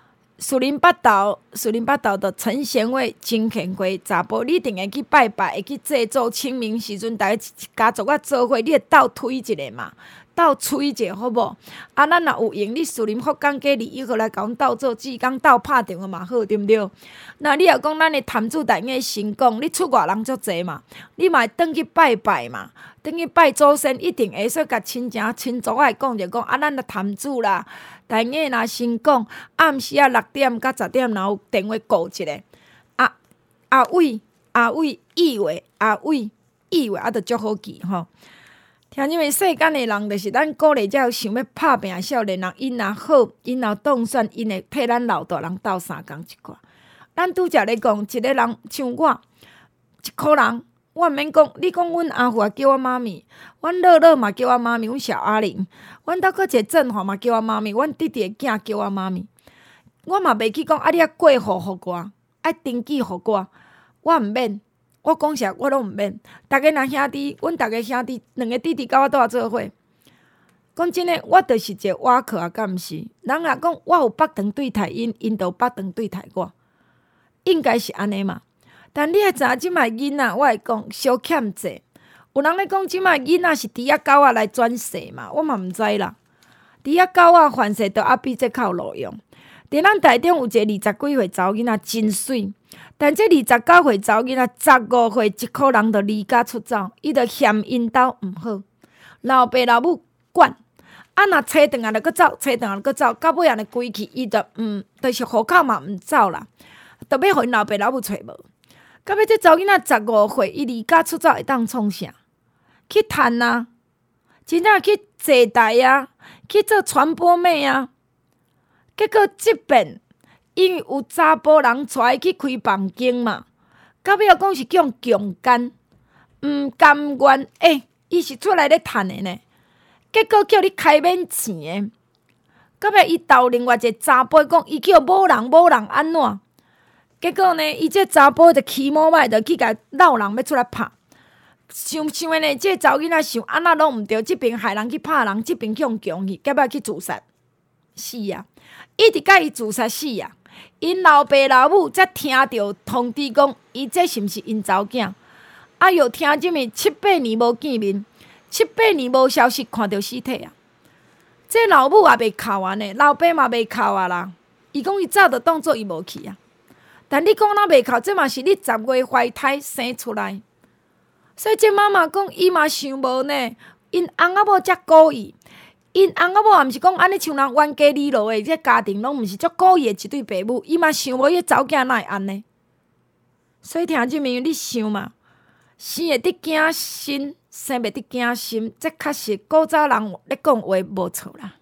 树林北投的陈贤惠真虔贵查甫，你一定会去拜拜，会去祭祖清明时阵，大家家族啊做伙，你会斗推一下嘛，斗吹一下好无？啊，咱若有闲，你树林福冈街21号来甲阮斗做志工，斗拍电话嘛好，对毋对？那你若讲咱的潭子大英成功，你出外人足济嘛，你嘛会转去拜拜嘛，转去拜祖先，一定会说甲亲情亲族仔讲者讲啊，咱的潭子啦。大英若成功，暗时啊6点到10点，然后电话顾一下。阿伟意话，阿伟意话，着足好记吼。听因为世间的人，就是咱鼓励才有想要拍拼少年人，因若好，因若当选，因会替咱老大人斗相共一寡。咱拄则咧讲，一个人像我，1箍人。我毋免讲，你讲阮阿父也叫我妈咪，阮乐乐嘛叫我妈咪，阮小阿玲，阮兜佫一个振华嘛叫我妈咪，阮弟弟的囝叫我妈咪。我嘛袂去讲，啊你啊过户互我，爱登记互我毋免。我讲实，我拢毋免。逐个若兄弟，阮逐个兄弟2个弟弟甲我倒做伙。讲真诶，我就是一个瓦克啊，敢毋是？人若讲我有北长对待因，因就有北长对待我，应该是安尼嘛。但你会知影，即摆囡仔，我会讲小欠债。有人咧讲，即摆囡仔是猪仔狗仔来转世嘛？我嘛毋知啦。猪仔狗仔还世着比这较有路用。伫咱台中有一个20几岁查某囡仔真水，但这29岁查某囡仔15岁1箍人着离家出走，伊着嫌因兜毋好，老爸老母管。啊，若找转来着搁走，找转来搁走，到尾安尼归去，伊着就是户口嘛毋走啦，着要互因老爸老母找无。到尾这查某囡仔15岁，伊离家出走会当创啥？去趁啊，真正去坐台啊，去做传播妹啊。结果即边因为有查甫人带伊去开房间嘛，到尾又讲是叫强奸，毋甘愿。伊是出来咧趁的呢。结果叫你开免钱的，到尾伊斗另外一个查甫讲，伊叫某人安怎？结果呢，伊这查甫就起毛歹，就去甲闹人要出来拍。想的呢，这查某囡仔想安那拢毋对，即边害人去拍人，即边向强去，结尾去自杀死啊！伊直甲伊自杀死啊！因老爸老母才听到通知讲，伊这是毋是因查某囝？啊，又听即物7、8年无见面，7、8年无消息，看到尸体啊！这老母也袂哭啊呢，老爸嘛袂哭啊啦。伊讲伊早就当作伊无去啊。但你讲咱袂哭，这嘛是你10月怀胎生出来，所以这妈妈讲，伊嘛想无呢。因翁仔某遮故意，因翁仔某也毋是讲安尼像人冤家里路的，这家庭拢毋是足故意的一对爸母，伊嘛想无伊查某囝哪会安尼。所以听即面你想嘛，生会得惊心，生袂得惊心，这确实古早人咧讲话无错啦。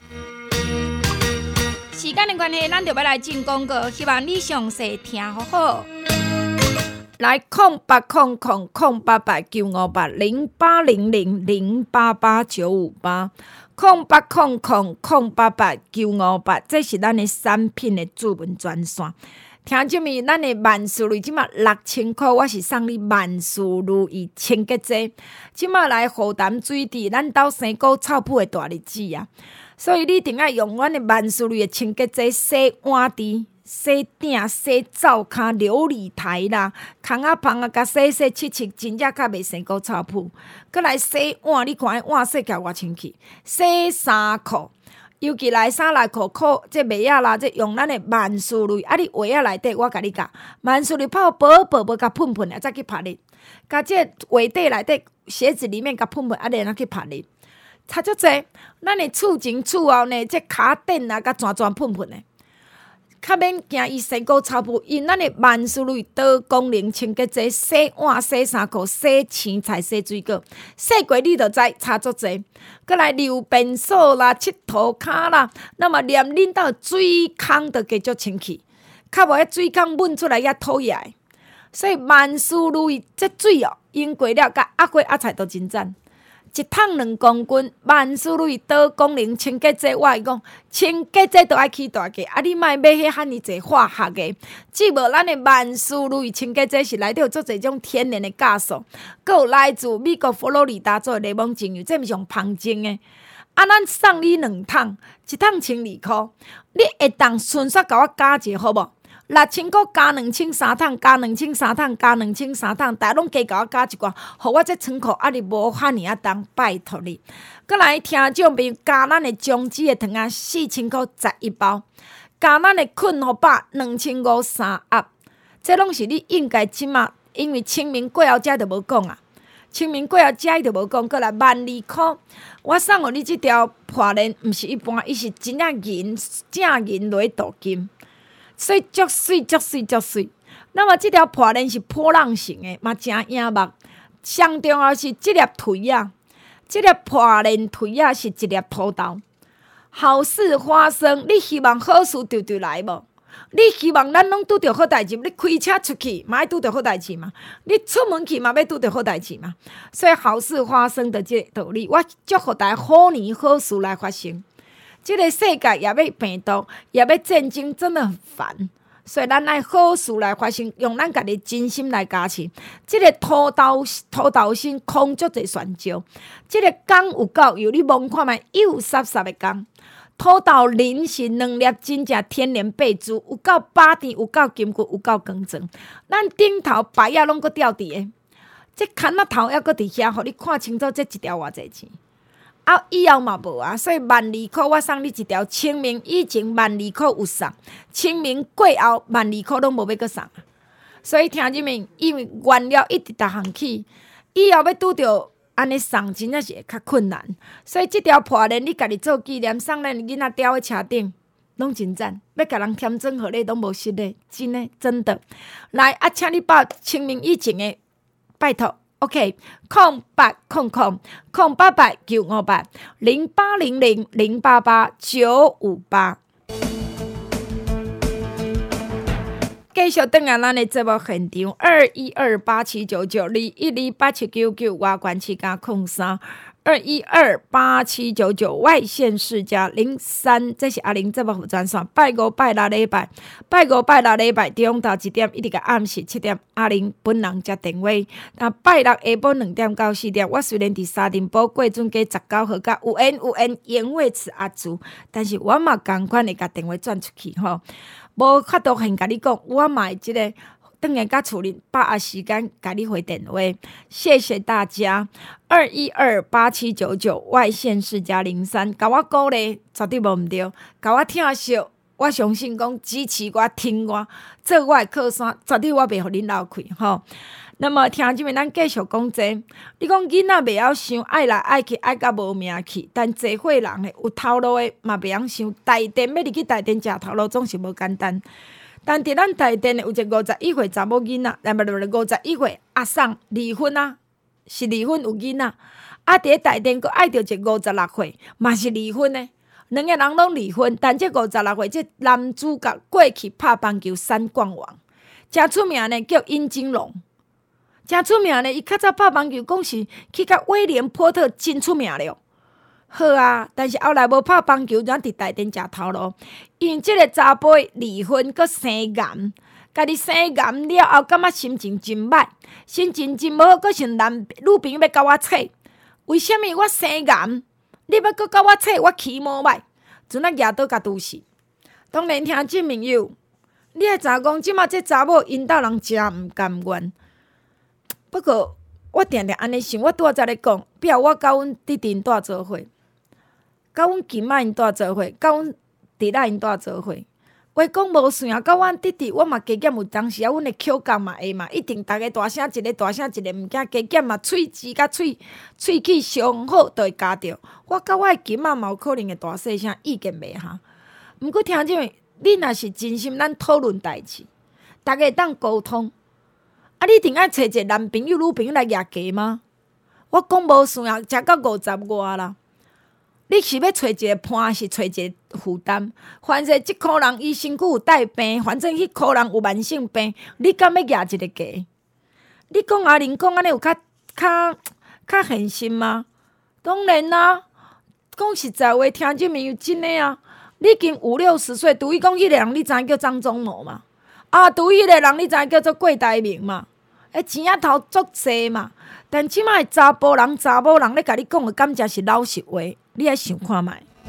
时间的关系，咱就要来进广告，希望你详细听好好。来0800-088-958，0800-088-958，这是咱的产品的主文专线。听这面，咱的万事如意即马6000块，我是送你万事如意清洁剂。即马来湖淡水治，咱兜生果臭噗的大日子啊！所以你一定要用阮的万事如意的清洁剂洗碗池、洗鼎、洗灶骹、琉璃台啦、空啊芳啊，甲洗七，真正较袂生果臭噗。搁来洗碗，你看碗洗起来偌清气。洗衫裤，尤其内衫内裤这袜仔啦，这用咱的万事如意。啊，你袜仔内底我甲你讲，万事如意泡薄无甲喷喷的，再去拍哩。甲这袜底内底鞋子里面甲喷喷，啊，然后去拍哩。差足济，咱的厝前厝后呢，这骹垫啊，甲全喷喷的，较免惊伊生果臭噗。因咱的万事如意多功能清洁剂，洗碗、洗衫裤、洗青菜、洗水果，洗过你就知差足济。搁来溜便所啦、佚佗骹啦，那么连恁兜水坑都加足清气，较无迄水坑满出来遐讨厌。所以万事如意这水哦，用过了甲压过压菜都真赞。1桶2公斤，万事如意多功能清洁剂，我会讲清洁剂都爱起大价，啊！你莫买迄遐尼济化学的，只无咱的万事如意清洁剂是内底有足侪种天然的酵素，佮有来自美国佛罗里达做的柠檬精油，这毋是用芳精的。 咱送你2桶，1桶1,200块，你会当顺续甲我加一好无？6,000块加2,000，3桶加2,000，3桶加2,000，3桶，大拢加甲我加一寡，互我这仓库你无遐尔啊重，拜托你。搁来听众朋友加咱的姜子的糖啊，4,000块11包，加咱的困互饱2,500盒，这拢是你应该即马，因为清明过后遮就无讲啊。清明过后遮伊就无讲，过来12,000块，我送互你即条破链，毋是一般，伊是真正银正银落镀金，所以足水足水足水。那么即条破链是波浪形的，嘛真影目。上重要是即粒腿啊，即粒破链腿啊是一粒土豆。好事发生，你希望好事直直来无？你希望咱拢拄着好代志，你开车出去嘛要拄着好代志嘛，你出门去嘛要拄着好代志嘛，所以好事发生的这个道理，我祝福大家好年好事来发生。这个世界也要病毒，也要战争，真的很烦，所以咱爱好事来发生，用咱家己真心来加持。这个土豆心空足侪选招，这个工有够，由你望看觅幼湿湿的工。土豆磷是2粒真正天然备注，有够饱甜，有够金骨，有够光泽。咱顶头白仔拢搁吊伫个，这砍仔头还搁伫遐，互你看清楚这一条偌济钱。啊，以后嘛无啊，所以12,000块我送你一条。清明以前12,000块有送，清明过后12,000块拢无要搁送啊。所以听入面，因为原料一直逐项起，以后要拄着。安尼送真正是会较困难，所以即条破链你家己做纪念，送咱囡仔吊喺车顶，拢真赞。要甲人添砖互你，拢无失礼，真诶，真的。来啊，请你报清明以前诶，拜托 ，OK， 0800-958-0800-088-958。继续转来咱的节目现场，212879921287999外关市加03，2128799外县市加03，这是阿玲节目负专线。拜5拜6礼拜，拜5拜6礼拜中昼1点一直到暗时7点，阿玲本人接电话。那拜6下晡2点到4点，我虽然伫沙丁堡过准街19号甲有缘言话池阿祖，但是我嘛同款会甲电话转出去吼。无法度现甲你讲，我嘛会即个转来甲厝里把握时间甲你回电话。谢谢大家，2128799外县市加03，甲我鼓励绝对无毋对，甲我听惜，我相信讲支持我、听我，做我的靠山，绝对我袂互恁流气吼。那么听即面咱继续讲这，你讲囡仔袂晓想爱来爱去，爱甲无命去，但济岁人诶有头路诶嘛袂晓想，台电要入去台电食头路总是无简单。但伫咱台电有一个51岁查某囡仔，51岁阿送离婚啊，是离婚有囡仔，啊伫台电佫爱着一56岁，嘛是离婚诶。2个人拢离婚，但这56岁这男主角过去拍棒球3冠王，真出名呢，叫殷金龙。真出名呢，伊较早拍棒球，讲是去甲威廉波特真出名了。好啊，但是后来无拍棒球，咱伫台电食头路。因即个查甫离婚，佮生癌，家己生癌了后，感觉心情真歹，心情真无好，佮是女朋友要甲我扯。为什么我生癌，你要佮甲我扯？我起毛歹，阵啊举倒甲拄死。当然听即朋友，你会知讲，即马这查某因兜人真毋甘愿。不过，我定定安尼想，我拄仔才咧讲，比如我甲阮弟弟因住做伙，甲阮舅妈因住做伙，甲阮弟仔因住做伙。话讲无算啊，甲阮弟弟，我嘛加减有当时啊，阮的口角嘛会嘛，一定逐个大声一个，大声一个，物件加减嘛，喙齿甲喙齿上好，都会加着。我甲我的舅妈嘛有可能会大细声，意见袂合。毋过听即位，你若是真心，咱讨论代志，逐个会当沟通。啊！你一定爱找一个男朋友、女朋友来举家吗？我讲无算啊，食到50外啦。你是要找一个伴，是找一个负担？反正即箍人伊身躯有带病，反正迄箍人有慢性病，你敢要举一个家？你讲阿玲讲安尼有较现实吗？当然啦、讲实在话，听即面有真诶啊！你已经50、60岁，除非讲迄个人你知叫张忠谋嘛？啊，拄迄个人，你知叫做郭台铭嘛？ 钱仔头足济嘛。但即摆查甫人咧甲你讲的感觉是老实话，你爱想看觅。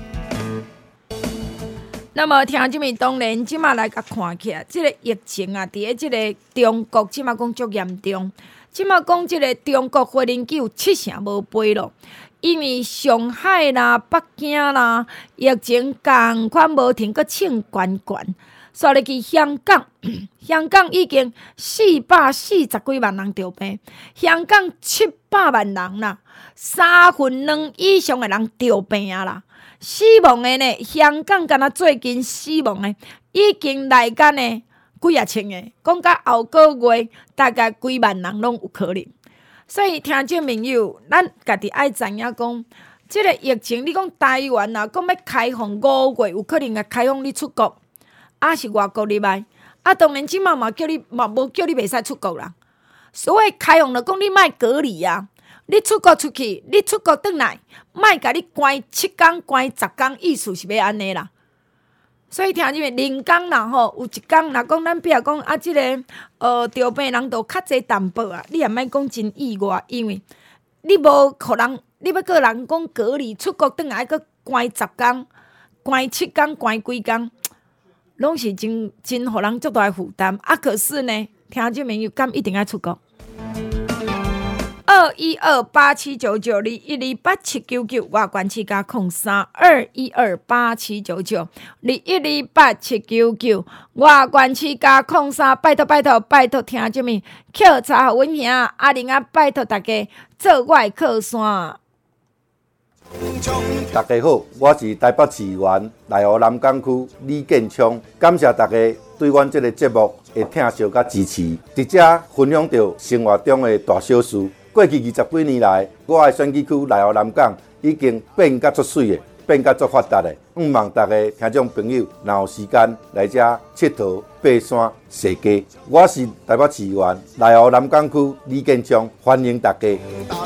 那么听即面当然即摆来甲看起来，即个疫情啊，伫咧即个中国即摆讲足严重。即摆讲即个中国华人机有70%无飞咯，因为上海啦、北京啦，疫情共款无停，佫冲悬悬。煞入去香港，香港已经440几万人着病，香港700万人啦，2/3以上的人着病啊啦。死亡的呢，香港敢若最近死亡的已经来干呢几啊千个，讲到后个月大概几万人拢有可能。所以听众朋友，咱家己爱知影讲，即个疫情，你讲台湾啊，讲要开放5月有可能会开放你出国。是外国入来，当然即嘛叫你无叫你袂使出国啦。所以开放就讲你莫隔离啊，你出国出去，你出国转来，莫甲你关7天、关10天，意思是要安尼啦。所以听入面人工啦吼，有一天若讲咱比如讲即个着病人都较济淡薄啊，你也莫讲真意外，因为你无可能，你要个人讲隔离出国转来，还佫关10天、关7天、关几天。拢是真互人足大的负担可是呢，听众朋友敢一定要出国。212879921287799外关市加03，212879921287799外关市加03，拜托听众们扣查互阮兄阿玲啊，拜托大家做我的靠山。 大家好，我是台北市议员内湖南港区李建昌，感谢大家对阮这个节目的听惜甲支持，伫遮分享到生活中的大小事。过去20几年来，我的选举区内湖南港已经变甲足水的，变甲足发达的。望大家听众朋友，若有时间来遮佚佗、爬山、踅街。我是台北市议员内湖南港区李建昌，欢迎大家。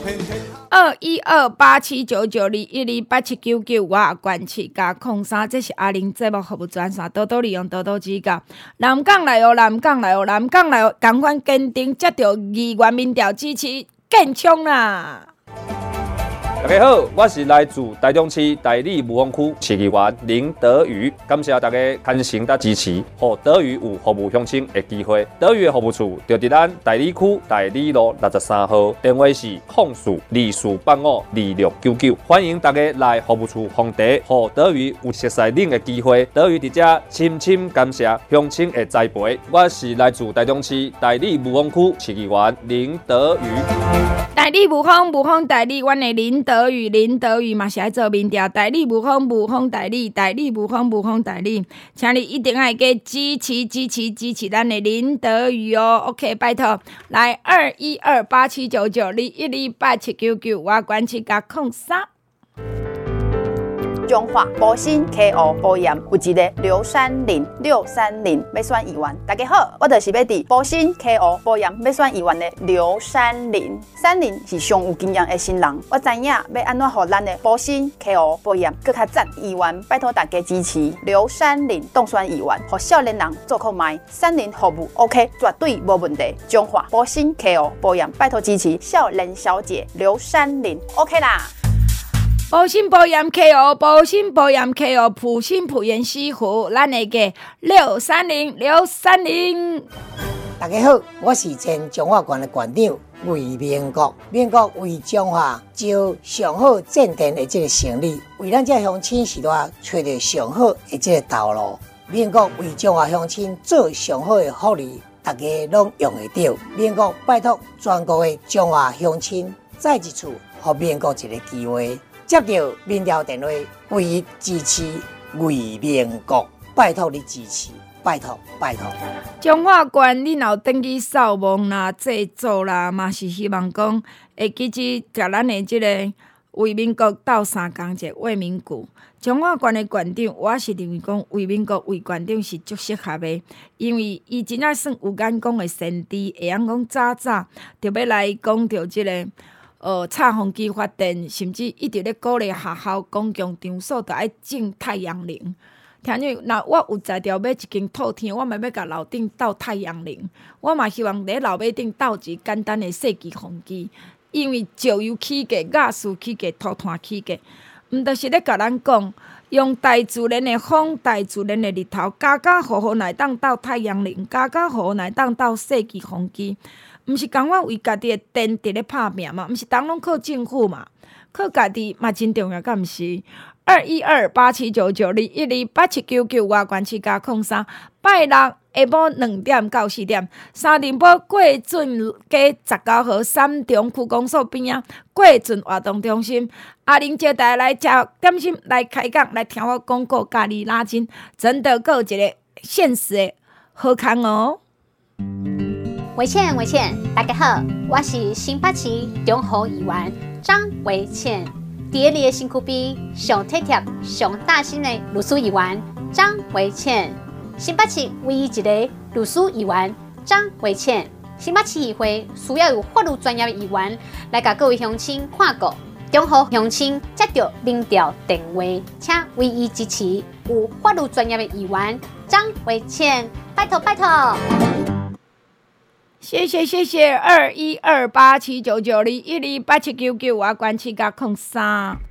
212879921287799外关市加03，这是阿玲节目服务专线，多多利用，多多指教。南港来哦，南港来哦，南港来哦，同款坚定接到议员民调支持，建昌啦！ 大家好，我是来自台中市台里武丰区市议员林德宇，感谢大家牵成甲支持，让德宇有服务乡亲的机会。德宇的服务处就伫咱台里区台里路63号，电话是0424852699，欢迎大家来服务处访查，让德宇有熟悉领的机会。德宇伫遮深深感谢乡亲的栽培。我是来自台中市台里武丰区市议员林德宇。 台里武丰台里，阮的林德宇嘛是爱做民调。台里武丰台里，台里武丰台里，请你一定要给支持咱的林德宇哦。OK， 拜托，来212879921287799外关市加03。 中华保新 KO 保险有一个630要选议员。大家好，我就是要伫保新 KO 保险要选议员的630是上有经验的新人。我知影要安怎让咱的保新 KO 保险更较赞。议员拜托大家支持630当选议员，让少年人做看卖，30服务 OK， 绝对无问题。中华保新 KO 保险拜托支持少年小姐630 OK 啦。 保新保险 KO， 保新保险 KO， 普新普元西湖，咱会个630。 大家好，我是前中华县的县长魏明国。明国为中华招上好正电的这个成立，为咱这乡亲时代找到上好的这个道路。明国为中华乡亲做上好的福利，大家拢用得到。明国拜托全国的中华乡亲，再一次给明国一个机会。接到民调电话，唯一支持魏明国，拜托你支持，拜托。 中华县你若登记扫墓啦、制作啦，嘛是希望讲会记起甲咱的即个魏明国斗3工节魏明谷。中华县的县长，我是认为讲魏明国魏县长是足适合的，因为伊真正算有眼光的先知，会晓讲早就要来讲到即个。插风机发电，甚至一直咧鼓励学校公共场所都爱种太阳能。 听见若我有才调买一间透天，我嘛要甲楼顶斗太阳能。我嘛希望伫楼尾顶斗一简单的细机风机，因为石油起价、瓦斯起价、土炭起价，毋著是咧甲咱讲，用大自然的风、大自然的日头，家户来当斗太阳能，家户来当斗细机风机。毋是讲我为家己的电伫咧拍拼嘛，毋是当拢靠政府嘛，靠家己嘛真重要，敢毋是？212-8799-212-8799外关市加03，拜六下晡2点到4点，沙丁堡过准街19号3中区公所边啊，过准活动中心。阿玲接待来吃点心，来开讲，来听我广告，家己拉筋，真的够一个现实的好康哦。 维倩，大家好，我是新北市中和议员张维倩。伫咧你的身躯边上体贴、上大心的律师议员张维倩，新北市唯一一个律师议员张维倩。新北市议会需要有法律专业的议员来甲各位乡亲看顾。中和乡亲接到民调电话，请唯一支持有法律专业的议员张维倩，拜托。 谢谢212-8799-212-8799外关市加03。